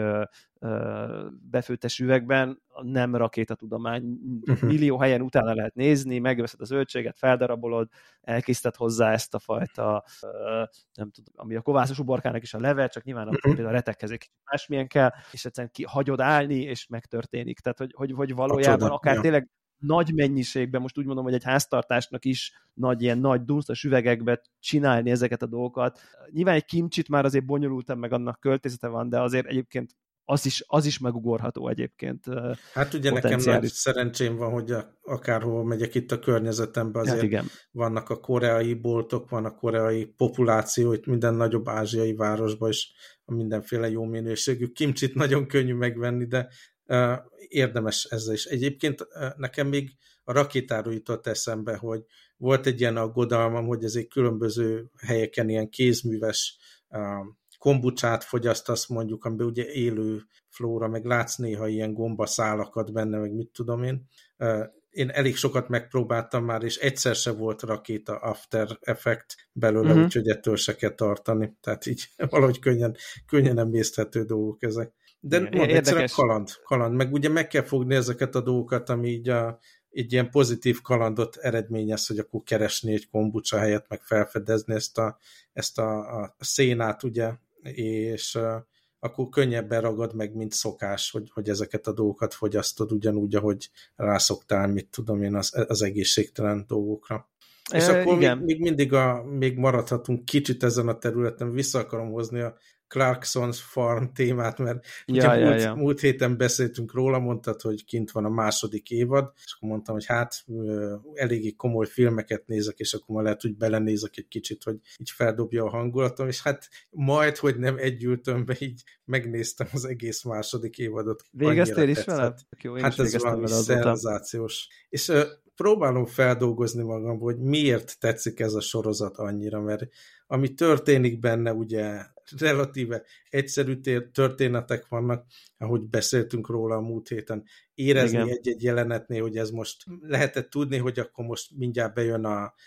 befőttes üvegben, nem rakétatudomány. Millió helyen utána lehet nézni, megveszed a zöldséget, feldarabolod, elkészíted hozzá ezt a fajta, nem tudom, ami a kovászos uborkának is a leve, csak nyilván például a retekhez egy másmilyen kell, és egyszerűen hagyod állni, és megtörténik. Tehát, hogy valójában akár tényleg nagy mennyiségben, most úgy mondom, hogy egy háztartásnak is ilyen nagy dunsztos üvegekbe csinálni ezeket a dolgokat. Nyilván egy kimcsit már azért bonyolultabb, meg annak költészete van, de azért egyébként az is megugorható egyébként. Hát ugye nekem nagy szerencsém van, hogy akárhol megyek itt a környezetemben, azért vannak a koreai boltok, van a koreai populáció, itt minden nagyobb ázsiai városban is mindenféle jó minőségű kimcsit nagyon könnyű megvenni, de Érdemes ezzel is. Egyébként nekem még a rakétáról jutott eszembe, hogy volt egy ilyen aggodalmam, hogy ezért különböző helyeken ilyen kézműves kombucsát fogyasztasz mondjuk, amiben ugye élő flóra, meg látsz néha ilyen gombaszálakat benne, meg mit tudom én. Én elég sokat megpróbáltam már, és egyszer se volt rakéta after effect belőle, úgyhogy ettől se kell tartani. Tehát így valahogy könnyen emészthető dolgok ezek. De egyszerűen kaland. Meg ugye meg kell fogni ezeket a dolgokat, ami így egy ilyen pozitív kalandot eredményez, hogy akkor keresni egy kombucsa helyett, meg felfedezni ezt a szénát, ugye, és akkor könnyebben ragad meg, mint szokás, hogy ezeket a dolgokat fogyasztod ugyanúgy, ahogy rászoktál, mit tudom én, az egészségtelen dolgokra. És akkor még mindig még maradhatunk kicsit ezen a területen, vissza akarom hozni a Clarkson's Farm témát, mert múlt héten beszéltünk róla, mondtad, hogy kint van a második évad, és akkor mondtam, hogy hát eléggé komoly filmeket nézek, és akkor már lehet, hogy belenézek egy kicsit, hogy így feldobja a hangulatom, és hát majd, hogy nem egy ültömbe így megnéztem az egész második évadot. Végeztél is vele? Hát ez valami szenzációs. És próbálom feldolgozni magamba, hogy miért tetszik ez a sorozat annyira, mert ami történik benne, ugye relatíve egyszerű történetek vannak, ahogy beszéltünk róla a múlt héten, érezni egy-egy jelenetnél, hogy ez most lehetett tudni, hogy akkor most mindjárt bejön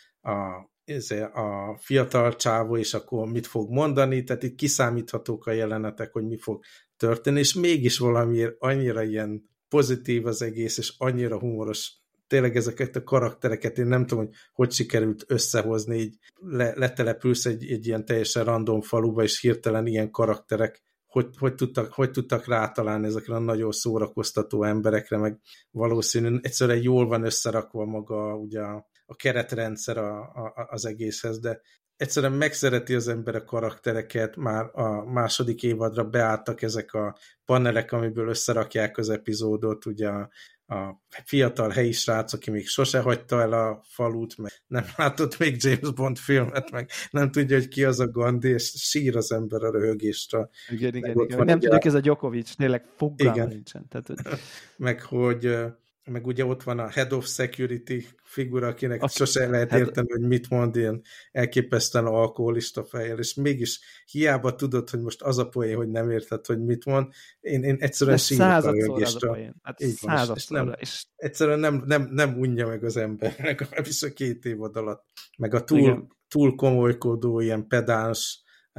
a fiatal csávó, és akkor mit fog mondani, tehát itt kiszámíthatók a jelenetek, hogy mi fog történni, és mégis valamiért annyira ilyen pozitív az egész, és annyira humoros. Tényleg ezeket a karaktereket én nem tudom, hogy sikerült összehozni, így letelepülsz egy ilyen teljesen random faluba, és hirtelen ilyen karakterek, hogy tudtak rátalálni ezekre a nagyon szórakoztató emberekre, meg valószínűleg egyszerűen jól van összerakva maga ugye a keretrendszer az egészhez, de egyszerűen megszereti az ember a karaktereket, már a második évadra beálltak ezek a panelek, amiből összerakják az epizódot, ugye a fiatal helyi srác, aki még sose hagyta el a falut, meg nem látott még James Bond filmet, meg nem tudja, hogy ki az a Gandhi, és sír az ember a röhögésre. Igen. Nem tudja, ez a Djokovic, tényleg fogalma nincsen. Tehát, meg ugye ott van a Head of Security figura, akinek sose lehet érteni, hogy mit mond, ilyen elképesztően alkoholista fejjel, és mégis hiába tudod, hogy most az a poén, hogy nem érted, hogy mit mond, én egyszerűen sírok a röhögésre. Egyszerűen nem unja meg az ember, legalábbis a 2 évad alatt. Meg a túl komolykodó, ilyen pedáns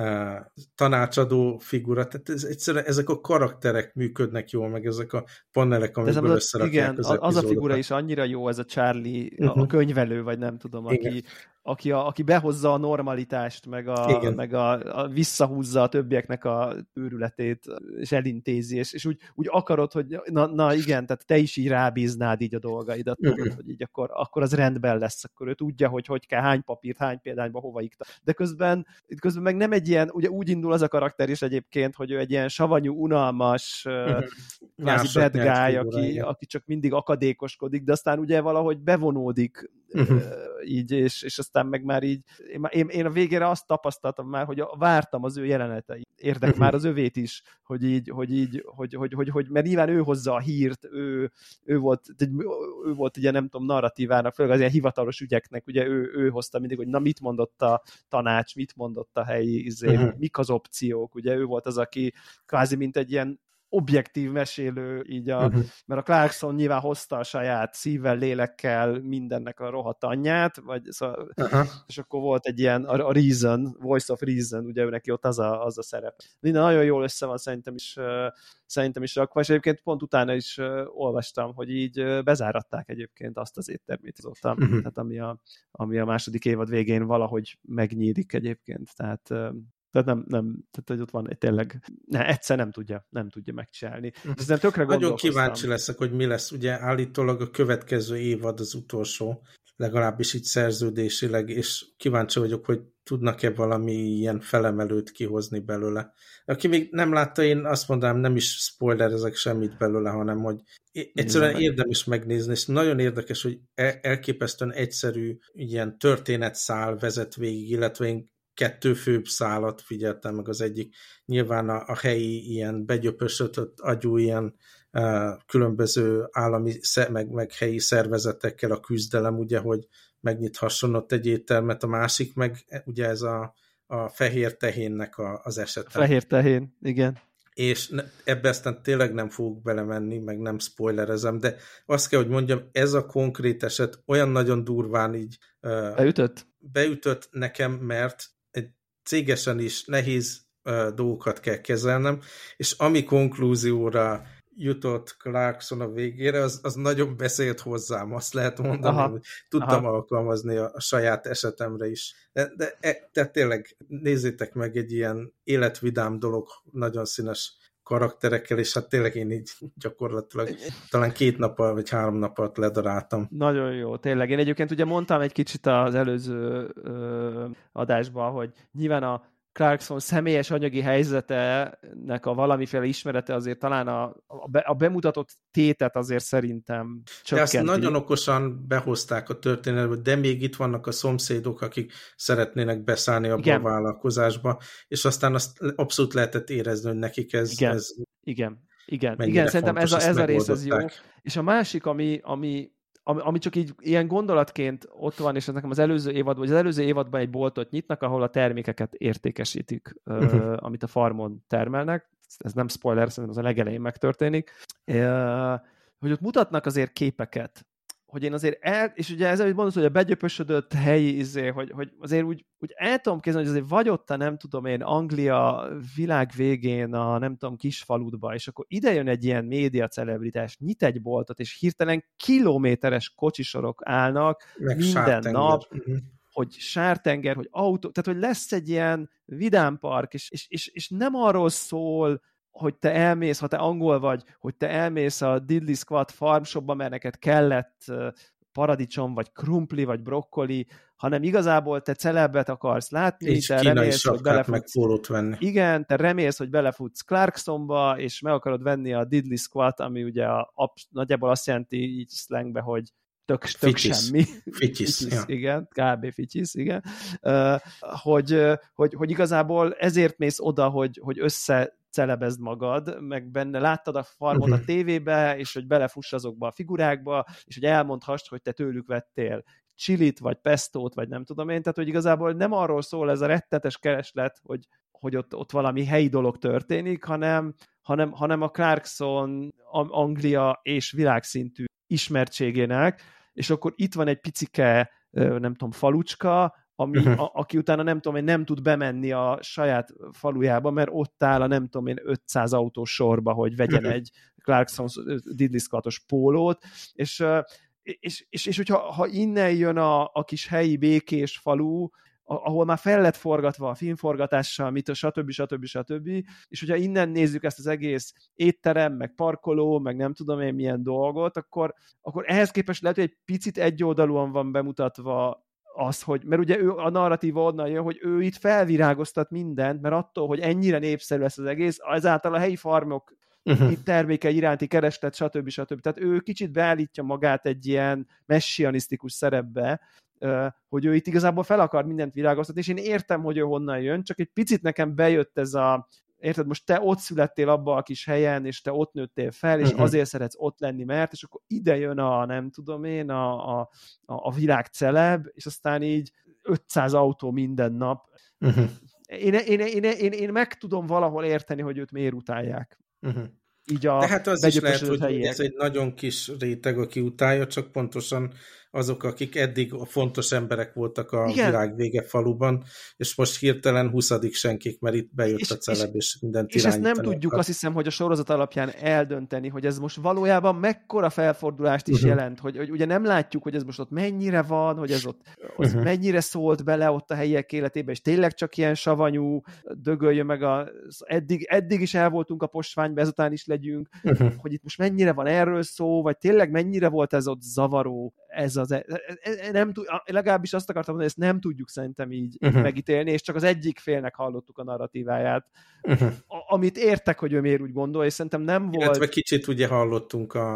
tanácsadó figura, tehát egyszerűen ezek a karakterek működnek jól, meg ezek a panelek, amikből összerakják az epizódokat. Az a figura is annyira jó, ez a Charlie, a könyvelő, vagy nem tudom, aki behozza a normalitást, meg a visszahúzza a többieknek a őrületét, és elintézi, és úgy akarod, hogy na igen, tehát te is így rábíznád így a dolgaidat, tudod, hogy így akkor az rendben lesz, akkor ő tudja, hogy kell, hány papírt, hány példányba, hova ikta. De közben meg nem egy ilyen, ugye úgy indul az a karakter is egyébként, hogy ő egy ilyen savanyú, unalmas, kvázi bad guy, aki csak mindig akadékoskodik, de aztán ugye valahogy bevonódik így, és aztán meg már így, én a végére azt tapasztaltam már, hogy vártam az ő jeleneteit. Érdek már az övét is, hogy mert nyilván ő hozza a hírt, ő volt ugye nem tudom, narratívának, főleg az ilyen hivatalos ügyeknek, ugye ő hozta mindig, hogy na mit mondott a tanács, mit mondott a helyi mik az opciók, ugye ő volt az, aki kvázi mint egy ilyen objektív mesélő, így mert a Clarkson nyilván hozta a saját szívvel, lélekkel mindennek a rohadt anyját, szóval, és akkor volt egy ilyen a Reason, Voice of Reason, ugye neki ott az a szerep. Minden nagyon jól össze van szerintem is rakva, és egyébként pont utána is olvastam, hogy így bezáratták egyébként azt az éttermét azóta, tehát ami a második évad végén valahogy megnyílik egyébként, tehát tehát ott van tényleg, egyszer nem tudja megcsinálni. Nagyon kíváncsi leszek, hogy mi lesz. Ugye állítólag a következő évad az utolsó, legalábbis így szerződésileg, és kíváncsi vagyok, hogy tudnak-e valami ilyen felemelőt kihozni belőle. Aki még nem látta, én azt mondanám, nem is spoilerezek semmit belőle, hanem hogy egyszerűen érdemes megnézni, és nagyon érdekes, hogy elképesztően egyszerű ilyen történetszál vezet végig, illetve én 2 főbb szálat figyeltem meg, az egyik nyilván a helyi ilyen begyöpösödött agyú ilyen különböző állami, meg helyi szervezetekkel a küzdelem, ugye, hogy megnyithasson ott egy éttermet, a másik meg ugye ez a fehér tehénnek az esete. Fehér tehén, igen. És ebbe aztán tényleg nem fogok belemenni, meg nem spoilerezem, de azt kell, hogy mondjam, ez a konkrét eset olyan nagyon durván így beütött nekem, mert egy cégesen is nehéz dolgokat kell kezelnem, és ami konklúzióra jutott Clarkson a végére, az nagyon beszélt hozzám, azt lehet mondani, hogy tudtam alkalmazni a saját esetemre is. De tényleg nézzétek meg, egy ilyen életvidám dolog, nagyon színes karakterekkel, és hát tényleg én így gyakorlatilag talán 2 nappal vagy 3 nap alatt ledaráltam. Nagyon jó, tényleg. Én egyébként ugye mondtam egy kicsit az előző adásban, hogy nyilván a Clarkson személyes anyagi helyzetenek a valamiféle ismerete azért talán a bemutatott tétet azért szerintem csökkenti. De ezt nagyon okosan behozták a történetbe, de még itt vannak a szomszédok, akik szeretnének beszállni abba a vállalkozásba, és aztán azt abszolút lehetett érezni, hogy nekik ez Igen, szerintem ez a rész ez jó. És a másik, ami csak így ilyen gondolatként ott van, és ez nekem az előző évadban egy boltot nyitnak, ahol a termékeket értékesítik, amit a farmon termelnek. Ez nem spoiler, szerintem az a legelején megtörténik. Hogy ott mutatnak azért képeket, hogy én azért és ugye ez, amit mondod, hogy a begyöpösödött helyi hogy azért úgy el tudom képzelni, hogy azért vagy ott a nem tudom én Anglia világ végén a nem tudom kisfaludba, és akkor ide jön egy ilyen média celebritás, nyit egy boltot, és hirtelen kilométeres kocsisorok állnak meg minden nap, hogy sártenger, hogy autó, tehát hogy lesz egy ilyen vidámpark, és nem arról szól, hogy te elmész, ha te angol vagy, hogy te elmész a Diddley Squad farmshopba, mert neked kellett paradicsom, vagy krumpli, vagy brokkoli, hanem igazából te celebet akarsz látni, és te remélsz, hogy belefutsz. Igen, te remélsz, hogy belefutsz Clarksonba, és meg akarod venni a Diddley Squad, ami ugye nagyjából azt jelenti így slangbe, hogy tök semmi. Ficsis, ja. Igen, kb. Ficsis, igen. Hogy igazából ezért mész oda, hogy celebezd magad, meg benne láttad a farmot a tévébe, és hogy belefuss azokba a figurákba, és hogy elmondhassd, hogy te tőlük vettél chilit, vagy pestót, vagy nem tudom én, tehát hogy igazából nem arról szól ez a rettetes kereslet, hogy ott valami helyi dolog történik, hanem a Clarkson, Anglia és világszintű ismertségének, és akkor itt van egy picike, nem tudom, falucska, aki utána nem tud bemenni a saját falujába, mert ott áll a 500 autós sorba, hogy vegyen egy Clarkson Diddley Squad-os pólót, és hogyha innen jön a kis helyi békés falu, ahol már fel lett forgatva a filmforgatással, stb. És hogyha innen nézzük ezt az egész étterem, meg parkoló, meg nem tudom én milyen dolgot, akkor ehhez képest lehet, hogy egy picit egyoldalúan van bemutatva az, mert ugye a narratíva onnan jön, hogy ő itt felvirágoztat mindent, mert attól, hogy ennyire népszerű lesz az egész, ezáltal a helyi farmok terméke iránti kereslet, stb. Tehát ő kicsit beállítja magát egy ilyen messianisztikus szerepbe, hogy ő itt igazából fel akar mindent virágoztatni, és én értem, hogy ő honnan jön, csak egy picit nekem bejött ez érted, most te ott születtél abba a kis helyen, és te ott nőttél fel, és azért szeretsz ott lenni, mert, és akkor ide jön a világ celeb, és aztán így 500 autó minden nap. Én meg tudom valahol érteni, hogy őt miért utálják. Így de hát az is lehet, hogy ez egy nagyon kis réteg, aki utálja, csak pontosan azok, akik eddig fontos emberek voltak a világ vége faluban, és most hirtelen 20. senkik, mert itt bejött a celeb, és mindent irányítani. És ezt nem tudjuk, azt hiszem, hogy a sorozat alapján eldönteni, hogy ez most valójában mekkora felfordulást is jelent, hogy ugye nem látjuk, hogy ez most ott mennyire van, hogy ez ott mennyire szólt bele ott a helyiek életébe, és tényleg csak ilyen savanyú, dögöljön meg eddig is el voltunk a postványba, ezután is legyünk, hogy itt most mennyire van erről szó, vagy tényleg mennyire volt ez ott zavaró, legalábbis azt akartam mondani, ezt nem tudjuk szerintem így megítélni, és csak az egyik félnek hallottuk a narratíváját, amit értek, hogy ő miért úgy gondol, és szerintem nem volt... Illetve kicsit ugye hallottunk a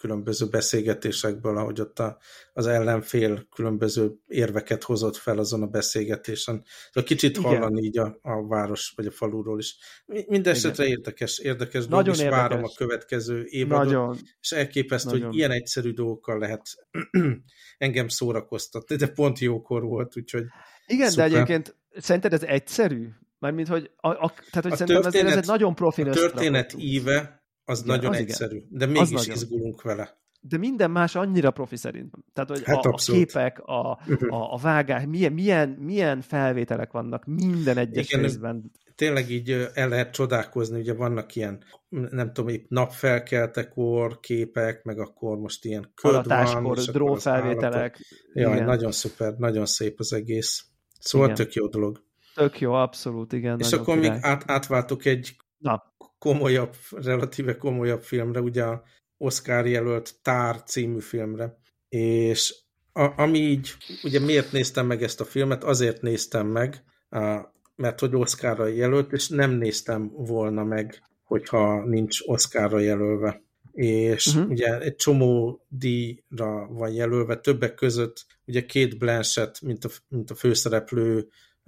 különböző beszélgetésekből, ahogy ott az ellenfél különböző érveket hozott fel azon a beszélgetésen. Szóval kicsit hallani így a város vagy a faluról is. Mindenesetre érdekes dolog, és várom a következő évadot, és elképesztő, hogy ilyen egyszerű dolgokkal lehet engem szórakoztatni, de pont jókor volt, úgyhogy igen, szuper. De egyébként szerinted ez egyszerű? Mármint, hogy, tehát, hogy szerintem ez egy nagyon profin összerakott. A történet íve az nagyon egyszerű, de mégis izgulunk vele. De minden más annyira profi szerintem. Tehát, hogy a képek, a vágás, milyen felvételek vannak minden egyes részben. Tényleg így el lehet csodálkozni, ugye vannak ilyen, nem tudom, épp napfelkeltekor képek, meg akkor most ilyen köd van. Drónfelvételek. Jaj, nagyon szuper, nagyon szép az egész. Szóval tök jó dolog. Tök jó, abszolút, igen. És akkor még átváltok egy komolyabb, relatíve komolyabb filmre, ugye a Oscar jelölt Tár című filmre. És ami így, ugye miért néztem meg ezt a filmet? Azért néztem meg, mert hogy Oscarra jelölt, és nem néztem volna meg, hogyha nincs Oscarra jelölve. És ugye egy csomó díjra van jelölve, többek között ugye Kate Blanchett, mint a főszereplő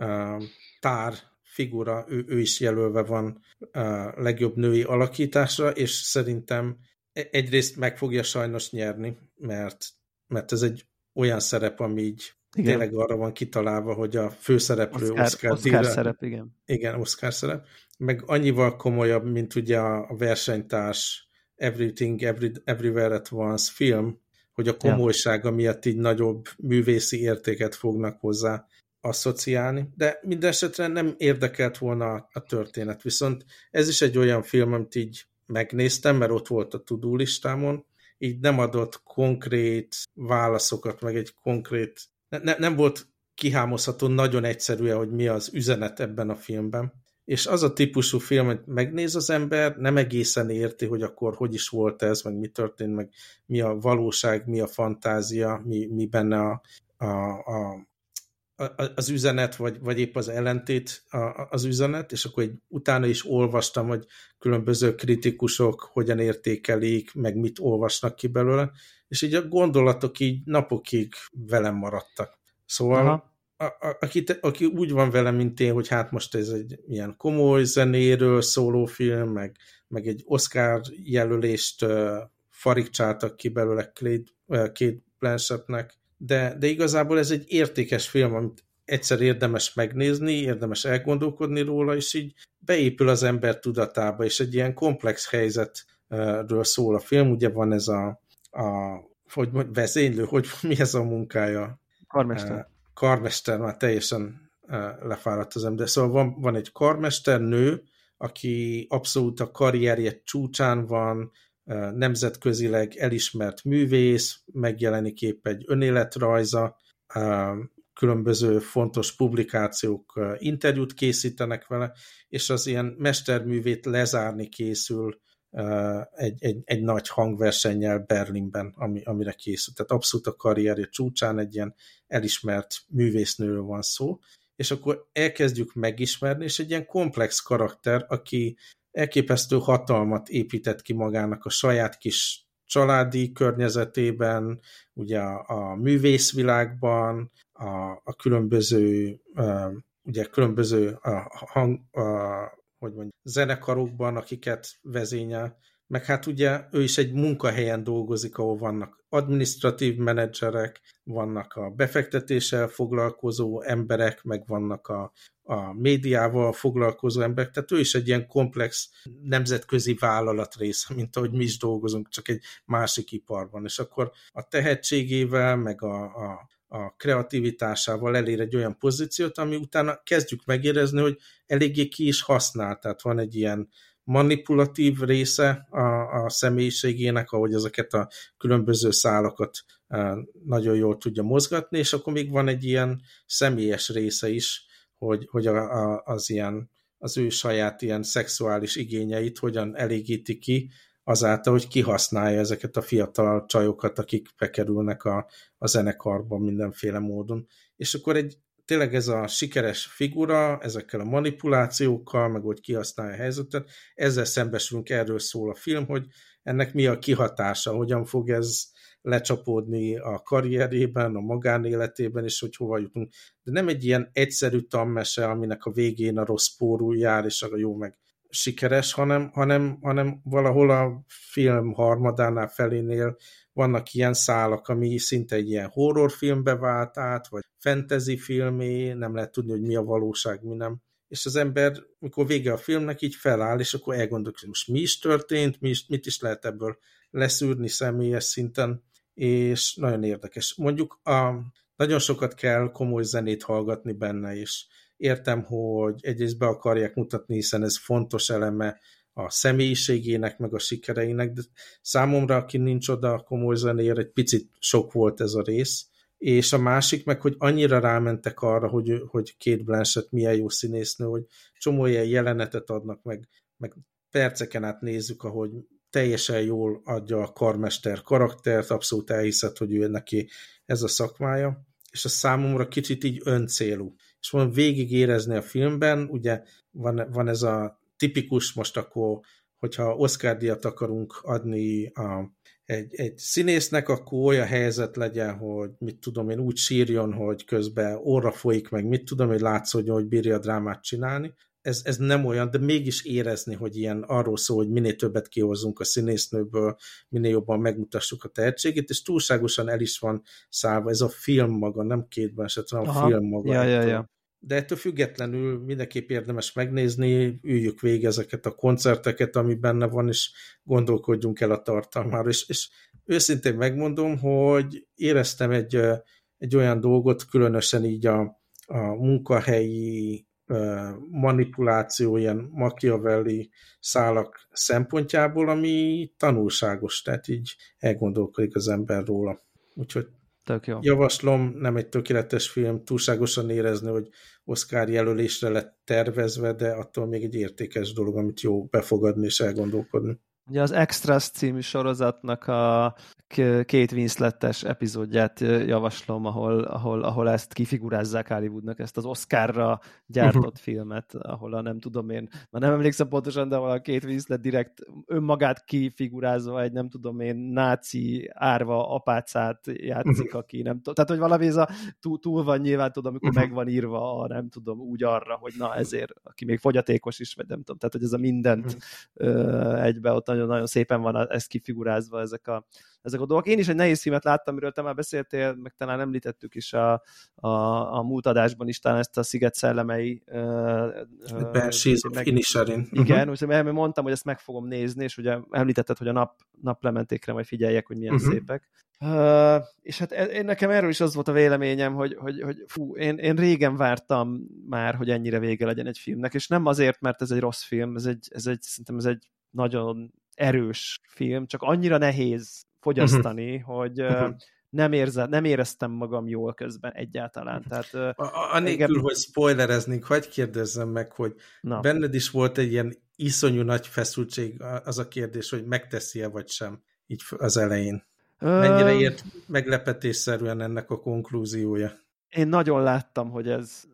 Tár figura, ő is jelölve van legjobb női alakításra, és szerintem egyrészt meg fogja sajnos nyerni, mert ez egy olyan szerep, ami így tényleg arra van kitalálva, hogy a főszereplő Oscar szerep, igen. Igen, Oscar szerep. Meg annyival komolyabb, mint ugye a versenytárs Everything, Everywhere at Once film, hogy a komolysága miatt így nagyobb művészi értéket fognak hozzá asszociálni, de minden esetre nem érdekelt volna a történet. Viszont ez is egy olyan film, amit így megnéztem, mert ott volt a to-do listámon, így nem adott konkrét válaszokat, meg egy konkrét, nem volt kihámozható nagyon egyszerűen, hogy mi az üzenet ebben a filmben. És az a típusú film, hogy megnéz az ember, nem egészen érti, hogy akkor hogy is volt ez, meg mi történt, meg mi a valóság, mi a fantázia, mi benne az üzenet, vagy épp az ellentét az üzenet, és akkor utána is olvastam, hogy különböző kritikusok hogyan értékelik, meg mit olvasnak ki belőle, és így a gondolatok így napokig velem maradtak. Szóval aki úgy van velem, mint én, hogy hát most ez egy ilyen komoly zenéről szóló film, meg egy Oscar jelölést farigcsáltak ki belőle Kate Blanchettnek, de igazából ez egy értékes film, amit egyszer érdemes megnézni, érdemes elgondolkodni róla, és így beépül az ember tudatába, és egy ilyen komplex helyzetről szól a film. Ugye van ez hogy vezénylő, mi ez a munkája? Karmester, már teljesen lefáradt az ember. Szóval van egy karmester nő, aki abszolút a karrierje csúcsán van, nemzetközileg elismert művész, megjelenik épp egy önéletrajza, különböző fontos publikációk interjút készítenek vele, és az ilyen mesterművét lezárni készül egy nagy hangversennyel Berlinben, amire készült. Tehát abszolút a karrierje csúcsán egy ilyen elismert művésznőről van szó, és akkor elkezdjük megismerni, és egy ilyen komplex karakter, aki elképesztő hatalmat épített ki magának a saját kis családi környezetében, ugye a művészvilágban, a különböző zenekarokban, akiket vezényel, meg hát ugye ő is egy munkahelyen dolgozik, ahol vannak adminisztratív menedzserek, vannak a befektetéssel foglalkozó emberek, meg vannak a médiával foglalkozó emberek, tehát ő is egy ilyen komplex nemzetközi vállalat része, mint ahogy mi is dolgozunk, csak egy másik iparban, és akkor a tehetségével, meg a kreativitásával elér egy olyan pozíciót, ami utána kezdjük megérezni, hogy eléggé ki is használ, tehát van egy ilyen manipulatív része a személyiségének, ahogy ezeket a különböző szálakat nagyon jól tudja mozgatni, és akkor még van egy ilyen személyes része is, hogy az ő saját ilyen szexuális igényeit hogyan elégíti ki, azáltal, hogy kihasználja ezeket a fiatal csajokat, akik bekerülnek a zenekarban mindenféle módon. És akkor tényleg ez a sikeres figura, ezekkel a manipulációkkal, meg hogy kihasználja a helyzetet, ezzel szembesülünk, erről szól a film, hogy ennek mi a kihatása, hogyan fog ez lecsapódni a karrierében, a magánéletében, és hogy hova jutunk. De nem egy ilyen egyszerű tanmese, aminek a végén a rossz pórul jár, és a jó meg sikeres, hanem valahol a film harmadánál felénél vannak ilyen szálak, ami szinte egy ilyen horrorfilmbe vált át, vagy fantasy filmé, nem lehet tudni, hogy mi a valóság, mi nem. És az ember, mikor vége a filmnek, így feláll, és akkor elgondolkodik, hogy most mi is történt, mit is lehet ebből leszűrni személyes szinten, és nagyon érdekes. Mondjuk nagyon sokat kell komoly zenét hallgatni benne, és értem, hogy egyrészt be akarják mutatni, hiszen ez fontos eleme a személyiségének, meg a sikereinek, de számomra, aki nincs oda komoly zenéért, egy picit sok volt ez a rész, és a másik meg, hogy annyira rámentek arra, hogy Cate Blanchett milyen jó színésznő, hogy csomó ilyen jelenetet adnak meg perceken át nézzük, ahogy teljesen jól adja a karmester karaktert, abszolút elhiszed, hogy ő neki ez a szakmája, és a számomra kicsit így öncélú. És van végig érezni a filmben, ugye van ez a tipikus most akkor, hogyha Oscar-díjat akarunk adni egy színésznek, akkor olyan helyzet legyen, hogy mit tudom én, úgy sírjon, hogy közben orra folyik, meg mit tudom, hogy látszódjon, hogy bírja a drámát csinálni. Ez nem olyan, de mégis érezni, hogy ilyen arról szól, hogy minél többet kihozzunk a színésznőből, minél jobban megmutassuk a tehetségét, és túlságosan el is van szállva ez a film maga, nem Cate Blanchett, hanem a film maga. Ja. De ettől függetlenül mindenképp érdemes megnézni, üljük végig ezeket a koncerteket, ami benne van, és gondolkodjunk el a tartalmára. És őszintén megmondom, hogy éreztem egy olyan dolgot, különösen így a munkahelyi manipuláció, ilyen Machiavelli szálak szempontjából, ami tanulságos, tehát így elgondolkodik az ember róla. Úgyhogy javaslom, nem egy tökéletes film, túlságosan érezni, hogy Oscar jelölésre lett tervezve, de attól még egy értékes dolog, amit jó befogadni és elgondolkodni. Ugye az Extras című sorozatnak a Kate Winslet-es epizódját javaslom, ahol ezt kifigurázzák Hollywoodnak, ezt az Oscarra gyártott filmet, ahol nem tudom én, már nem emlékszem pontosan, de ahol a Kate Winslet direkt önmagát kifigurázva egy nem tudom én náci árva apácát játszik, aki nem tudom, tehát hogy valami ez túl van nyilván, tudom, amikor meg van írva nem tudom, úgy arra, hogy na ezért, aki még fogyatékos is, vagy nem tudom, tehát hogy ez a mindent egybe ott nagyon-nagyon szépen van ezt kifigurázva ezek a dolgok. Én is egy nehéz filmet láttam, amiről te már beszéltél, meg talán említettük is a múlt adásban is, talán ezt a Sziget szellemei. Banshees of Inisherin. Igen, úgyhogy mondtam, hogy ezt meg fogom nézni, és ugye említetted, hogy a naplementékre majd figyeljek, hogy milyen szépek. És hát nekem erről is az volt a véleményem, hogy fú, én régen vártam már, hogy ennyire vége legyen egy filmnek, és nem azért, mert ez egy rossz film, szerintem ez egy nagyon erős film, csak annyira nehéz fogyasztani, hogy nem éreztem magam jól közben egyáltalán. Tehát, anélkül, hogy spoilereznénk, hagyj kérdezzem meg, hogy benned is volt egy ilyen iszonyú nagy feszültség, az a kérdés, hogy megteszi-e vagy sem, így az elején. Mennyire ért meglepetésszerűen ennek a konklúziója? Én nagyon láttam, hogy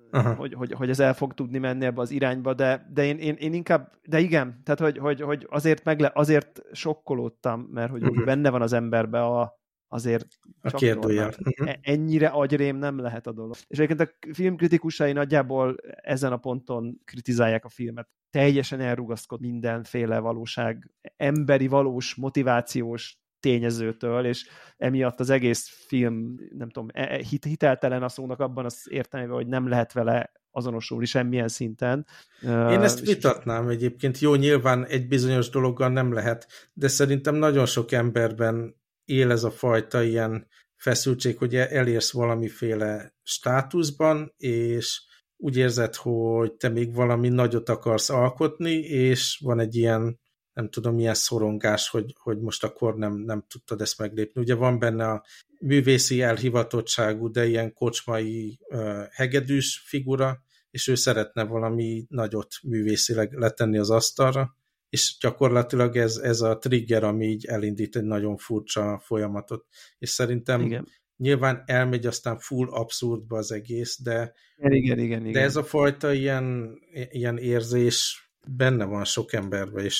hogy ez el fog tudni menni ebbe az irányba, de én inkább, de igen, tehát hogy azért sokkolódtam, mert hogy benne van az emberbe azért a kérdőjel. Ennyire agyrém nem lehet a dolog. És egyébként a filmkritikusai nagyjából ezen a ponton kritizálják a filmet. Teljesen elrugaszkod mindenféle valóság, emberi valós motivációs tényezőtől, és emiatt az egész film, nem tudom, hiteltelen a szónak abban az értelmében, hogy nem lehet vele azonosulni semmilyen szinten. Én ezt vitatnám egyébként. Jó, nyilván egy bizonyos dologgal nem lehet, de szerintem nagyon sok emberben él ez a fajta ilyen feszültség, hogy elérsz valamiféle státuszban, és úgy érzed, hogy te még valami nagyot akarsz alkotni, és van egy ilyen, nem tudom, ilyen szorongás, hogy most akkor nem tudtad ezt meglépni. Ugye van benne a művészi elhivatottságú, de ilyen kocsmai hegedűs figura, és ő szeretne valami nagyot művészileg letenni az asztalra, és gyakorlatilag ez a trigger, ami így elindít egy nagyon furcsa folyamatot. És szerintem igen. Nyilván elmegy aztán full abszurdba az egész, de ez a fajta ilyen érzés benne van sok emberben, és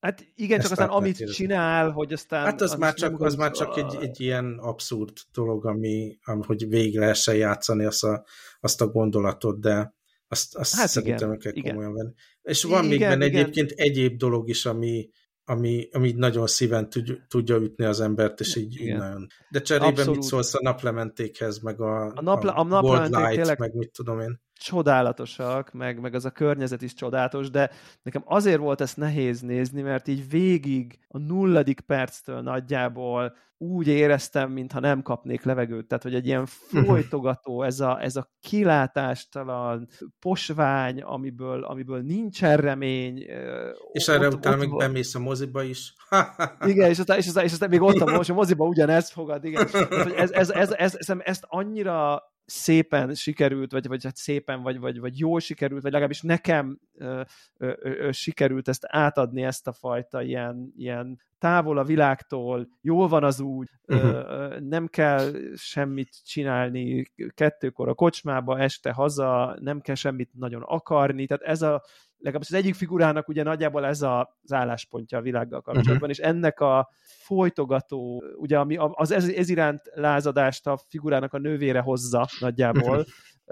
Hát igen, csak aztán amit csinál, hogy aztán... Hát az már csak egy ilyen abszurd dolog, hogy végig lehessen játszani azt a gondolatot, de azt hát szerintem meg kell komolyan venni. És van még benne egyébként egyéb dolog is, ami nagyon szíven tudja ütni az embert, és így nagyon... De cserében mit szólsz a naplementékhez, meg a Gold Light, meg mit tudom én? Csodálatosak, meg az a környezet is csodálatos, de nekem azért volt ezt nehéz nézni, mert így végig a 0. perctől nagyjából úgy éreztem, mintha nem kapnék levegőt, tehát hogy egy ilyen folytogató, ez a kilátástalan posvány, amiből nincsen remény. És erre utána még bemész a moziba is. Igen, és aztán még ott a moziba ugyanezt fogad, igen. Ezt annyira szépen sikerült, vagy hát szépen, vagy jól sikerült, vagy legalábbis nekem sikerült ezt átadni, ezt a fajta ilyen távol a világtól, jól van az úgy, nem kell semmit csinálni 2-kor a kocsmába, este haza, nem kell semmit nagyon akarni, tehát ez legalábbis az egyik figurának ugye nagyjából ez az álláspontja a világgal kapcsolatban, és ennek a folytogató, ugye ami ez iránt lázadást a figurának a nővére hozza nagyjából,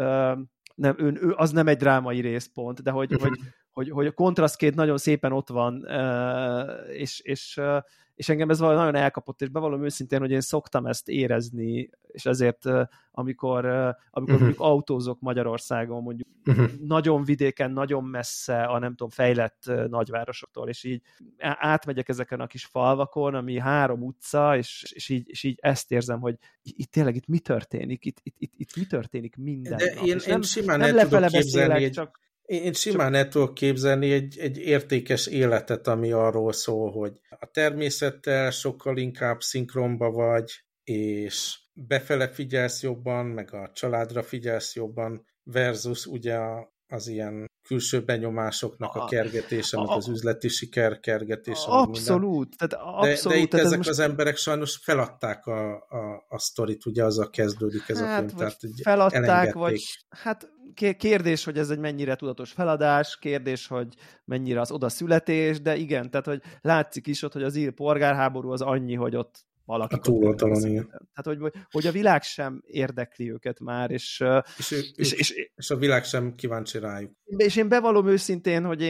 az nem egy drámai részpont, de hogy a kontrasztként nagyon szépen ott van, és engem ez valami nagyon elkapott, és bevallom őszintén, hogy én szoktam ezt érezni, és ezért amikor mondjuk autózok Magyarországon, mondjuk nagyon vidéken, nagyon messze a nem tudom, fejlett nagyvárosoktól, és így átmegyek ezeken a kis falvakon, ami 3 utca, és így ezt érzem, hogy itt mi történik? Itt mi történik minden de nap? Én simán el tudok képzelni Én simán el tudok képzelni egy értékes életet, ami arról szól, hogy a természettel sokkal inkább szinkronba vagy, és befele figyelsz jobban, meg a családra figyelsz jobban, versus ugye az ilyen külső benyomásoknak a kergetése, meg az üzleti siker kergetése. Abszolút. De itt ezek az emberek sajnos feladták a sztorit, ugye azzal kezdődik ez a film. Tehát feladták, vagy hát kérdés, hogy ez egy mennyire tudatos feladás, kérdés, hogy mennyire az oda születés, de igen, tehát hogy látszik is ott, hogy az ír polgárháború az annyi, hogy ott valaki. A túloldalon, igen. Tehát, hogy a világ sem érdekli őket már, és a világ sem kíváncsi rájuk. És én bevallom őszintén, hogy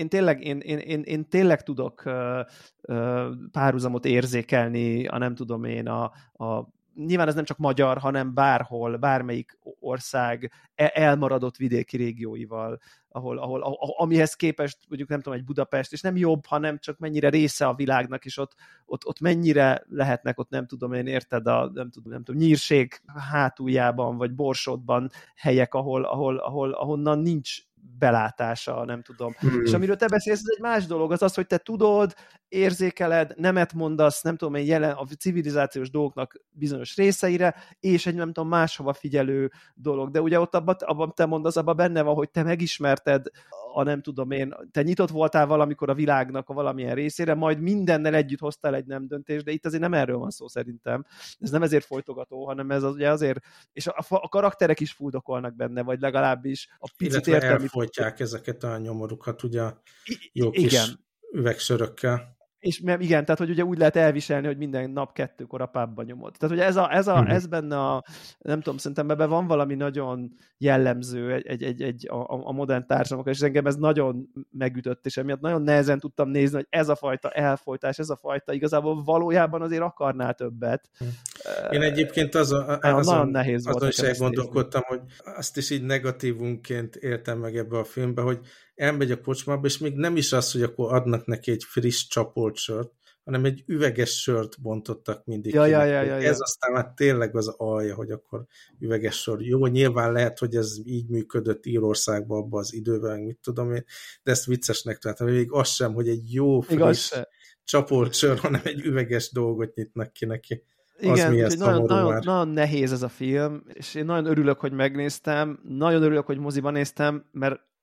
én tényleg tudok párhuzamot érzékelni, nem tudom én, nyilván ez nem csak magyar, hanem bárhol, bármelyik ország elmaradott vidéki régióival, amihez képest, mondjuk nem tudom, egy Budapest, és nem jobb, hanem csak mennyire része a világnak, és ott mennyire lehetnek, ott nem tudom én, érted, nem tudom, Nyírség hátuljában, vagy Borsodban helyek, ahonnan nincs belátása, nem tudom. És amiről te beszélsz, ez egy más dolog, az, hogy te tudod, érzékeled, nemet mondasz, nem tudom én, a civilizációs dolgoknak bizonyos részeire, és egy nem tudom, máshova figyelő dolog. De ugye ott abban te mondasz, abban benne van, hogy te megismerted nem tudom én, te nyitott voltál valamikor a világnak a valamilyen részére, majd mindennel együtt hoztál egy nem döntést, de itt azért nem erről van szó szerintem. Ez nem ezért folytogató, hanem ez ugye azért, és a karakterek is fuldokolnak benne, vagy legalábbis a picit értelmi... elfolytják ezeket a nyomorukat, ugye jó kis üvegsörökkel. És igen, tehát hogy ugye úgy lehet elviselni, hogy minden nap 2-kor a pubban nyomod. Tehát hogy ez benne nem tudom, szerintem ebben van valami nagyon jellemző a modern társadalmakra, és engem ez nagyon megütött, és emiatt nagyon nehezen tudtam nézni, hogy ez a fajta elfolytás, ez a fajta igazából valójában azért akarnál többet. Én egyébként nagyon nehéz volt azon is elgondolkodtam, hogy azt is így negatívunként éltem meg ebbe a filmbe, hogy elmegy a kocsmába, és még nem is az, hogy akkor adnak neki egy friss csapolt sört, hanem egy üveges sört bontottak mindig. Ez aztán már tényleg az alja, hogy akkor üveges sör. Jó, nyilván lehet, hogy ez így működött Írországban abban az időben, mit tudom én, de ezt viccesnek találtam, hogy még az sem, hogy egy jó friss csapolt sör, hanem egy üveges dolgot nyitnak ki neki. Igen, nagyon nehéz ez a film, és én nagyon örülök, hogy megnéztem, nagyon örülök, hogy moziban néztem, mert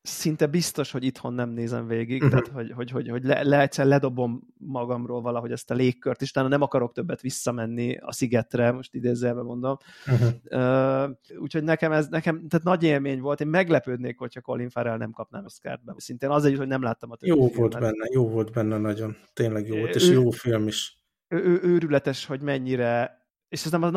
szinte biztos, hogy itthon nem nézem végig, tehát hogy egyszer ledobom magamról valahogy ezt a légkört, és utána nem akarok többet visszamenni a szigetre, most idézőjelben mondom. Úgyhogy nekem tehát nagy élmény volt, én meglepődnék, hogyha Colin Farrell nem kapná Oscart be. Szintén azért, hogy nem láttam a többi filmet. Jó volt benne nagyon, tényleg jó volt, és jó film is. Őrületes, hogy mennyire, és ez nem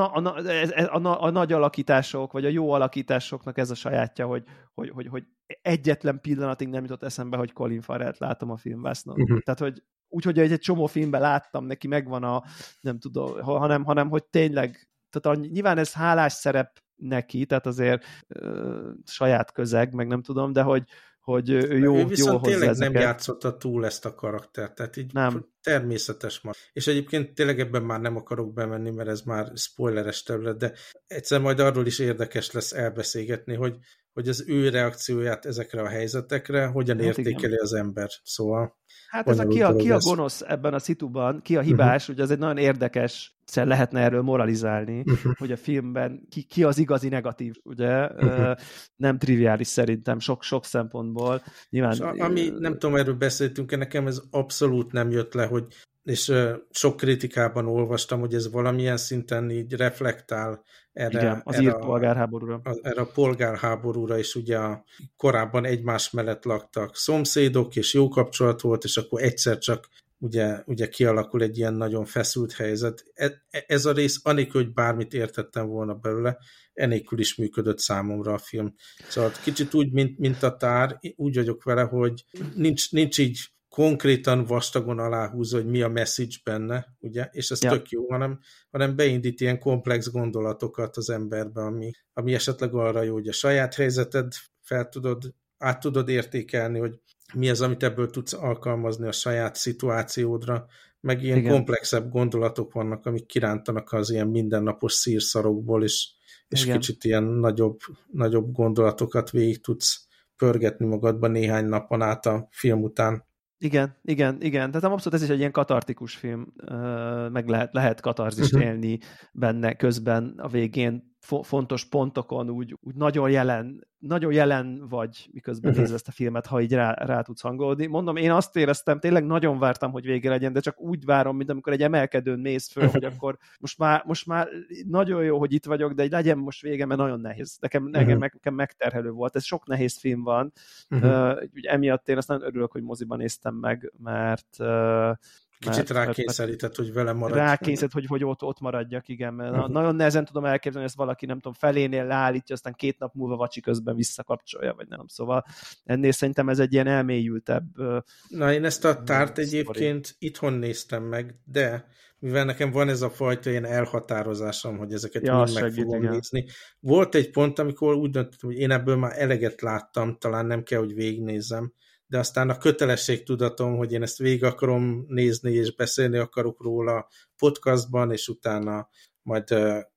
a nagy alakítások, vagy a jó alakításoknak ez a sajátja, hogy egyetlen pillanatig nem jutott eszembe, hogy Colin Farrellt látom a filmvásznon. Tehát, hogy úgyhogy egy csomó filmben láttam, neki megvan a, nem tudom, hanem hogy tényleg, tehát nyilván ez hálás szerep neki, tehát azért saját közeg, meg nem tudom, de hogy ő jól viszont tényleg ezeket. Nem játszotta túl ezt a karaktert, tehát így nem. Természetes már. És egyébként tényleg ebben már nem akarok bemenni, mert ez már spoileres terület, de egyszer majd arról is érdekes lesz elbeszélgetni, hogy az ő reakcióját ezekre a helyzetekre hogyan értékeli az ember. Szóval... Hát ez ki a gonosz ebben a szituban, ki a hibás, ugye ez egy nagyon érdekes, lehetne erről moralizálni, hogy a filmben ki az igazi negatív, ugye? Nem triviális szerintem, sok szempontból. Nyilván, ami, nem tudom, erről beszéltünk, nekem ez abszolút nem jött le, hogy és sok kritikában olvastam, hogy ez valamilyen szinten így reflektál erre a polgárháborúra, és ugye korábban egymás mellett laktak szomszédok, és jó kapcsolat volt, és akkor egyszer csak ugye kialakul egy ilyen nagyon feszült helyzet. Ez a rész, anélkül, hogy bármit értettem volna belőle, enélkül is működött számomra a film. Szóval kicsit úgy, mint a Tár, úgy vagyok vele, hogy nincs így konkrétan vastagon aláhúzza, hogy mi a message benne, ugye, és ez tök jó, hanem beindít ilyen komplex gondolatokat az emberbe, ami esetleg arra jó, hogy a saját helyzeted át tudod értékelni, hogy mi az, amit ebből tudsz alkalmazni a saját szituációdra, meg ilyen komplexebb gondolatok vannak, amik kirántanak az ilyen mindennapos szírszarokból, és kicsit ilyen nagyobb gondolatokat végig tudsz pörgetni magadban néhány napon át a film után. Igen. Tehát abszolút ez is egy ilyen katartikus film, meg lehet katarzist élni benne közben a végén fontos pontokon úgy nagyon jelen vagy, miközben nézve ezt a filmet, ha így rá tudsz hangolódni. Mondom, én azt éreztem, tényleg nagyon vártam, hogy vége legyen, de csak úgy várom, mint amikor egy emelkedőn mész föl, hogy akkor most már nagyon jó, hogy itt vagyok, de legyen most vége, mert nagyon nehéz. Nekem megterhelő volt. Ez sok nehéz film van. Ugye emiatt én azt nagyon örülök, hogy moziban néztem meg, mert kicsit rákényszerített, hogy vele maradj. Rákényszerített, hogy ott maradjak, igen. Mert nagyon nehezen tudom elképzelni, hogy ezt valaki, nem tudom, felénél leállítja, aztán 2 nap múlva vacsi közben visszakapcsolja, vagy nem. Szóval ennél szerintem ez egy ilyen elmélyültebb... Na, én ezt a Tárt egyébként itthon néztem meg, de mivel nekem van ez a fajta ilyen elhatározásom, hogy ezeket mind meg fogom nézni. Volt egy pont, amikor úgy döntöttem, hogy én ebből már eleget láttam, talán nem kell, hogy végignézzem, de aztán a kötelességtudatom, hogy én ezt végig akarom nézni, és beszélni akarok róla podcastban, és utána majd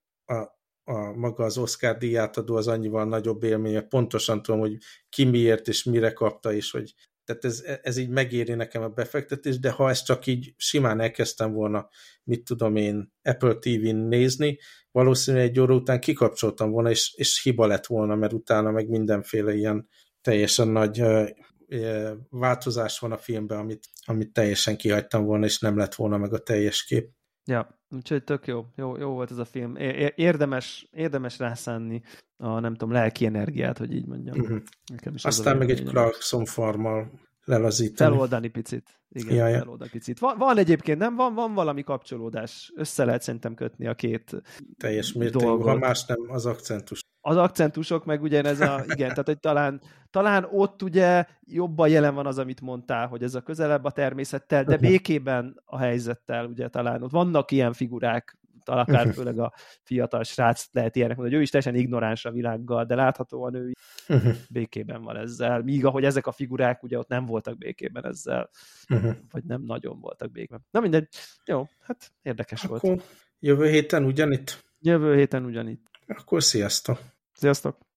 maga az Oscar díjátadó az annyival nagyobb élmény, pontosan tudom, hogy ki miért és mire kapta, és hogy tehát ez így megéri nekem a befektetés, de ha ezt csak így simán elkezdtem volna, mit tudom én, Apple TV-n nézni, valószínűleg egy óra után kikapcsoltam volna, és hiba lett volna, mert utána meg mindenféle ilyen teljesen nagy változás van a filmben, amit teljesen kihagytam volna, és nem lett volna meg a teljes kép. Ja, úgyhogy tök jó volt ez a film. Érdemes rászánni a, nem tudom, lelki energiát, hogy így mondjam. Aztán meg egy Clarkson farmmal lelazítani. Feloldani picit. Igen, feloldani picit. Van egyébként, nem? Van valami kapcsolódás. Össze lehet szerintem kötni a két teljes mértékben, ha más nem, az akcentus. Az akcentusok, meg ugyanez igen, tehát hogy talán ott ugye jobban jelen van az, amit mondtál, hogy ez a közelebb a természettel, de békében a helyzettel, ugye talán ott vannak ilyen figurák, akár főleg a fiatal srác lehet ilyenek, hogy ő is teljesen ignoráns a világgal, de láthatóan ő békében van ezzel, míg ahogy ezek a figurák ugye ott nem voltak békében ezzel, vagy nem nagyon voltak békében. Na mindegy, jó, hát érdekes volt. Jövő héten ugyanitt? Jövő héten ugyanitt. Akkor sziasztok! Sziasztok!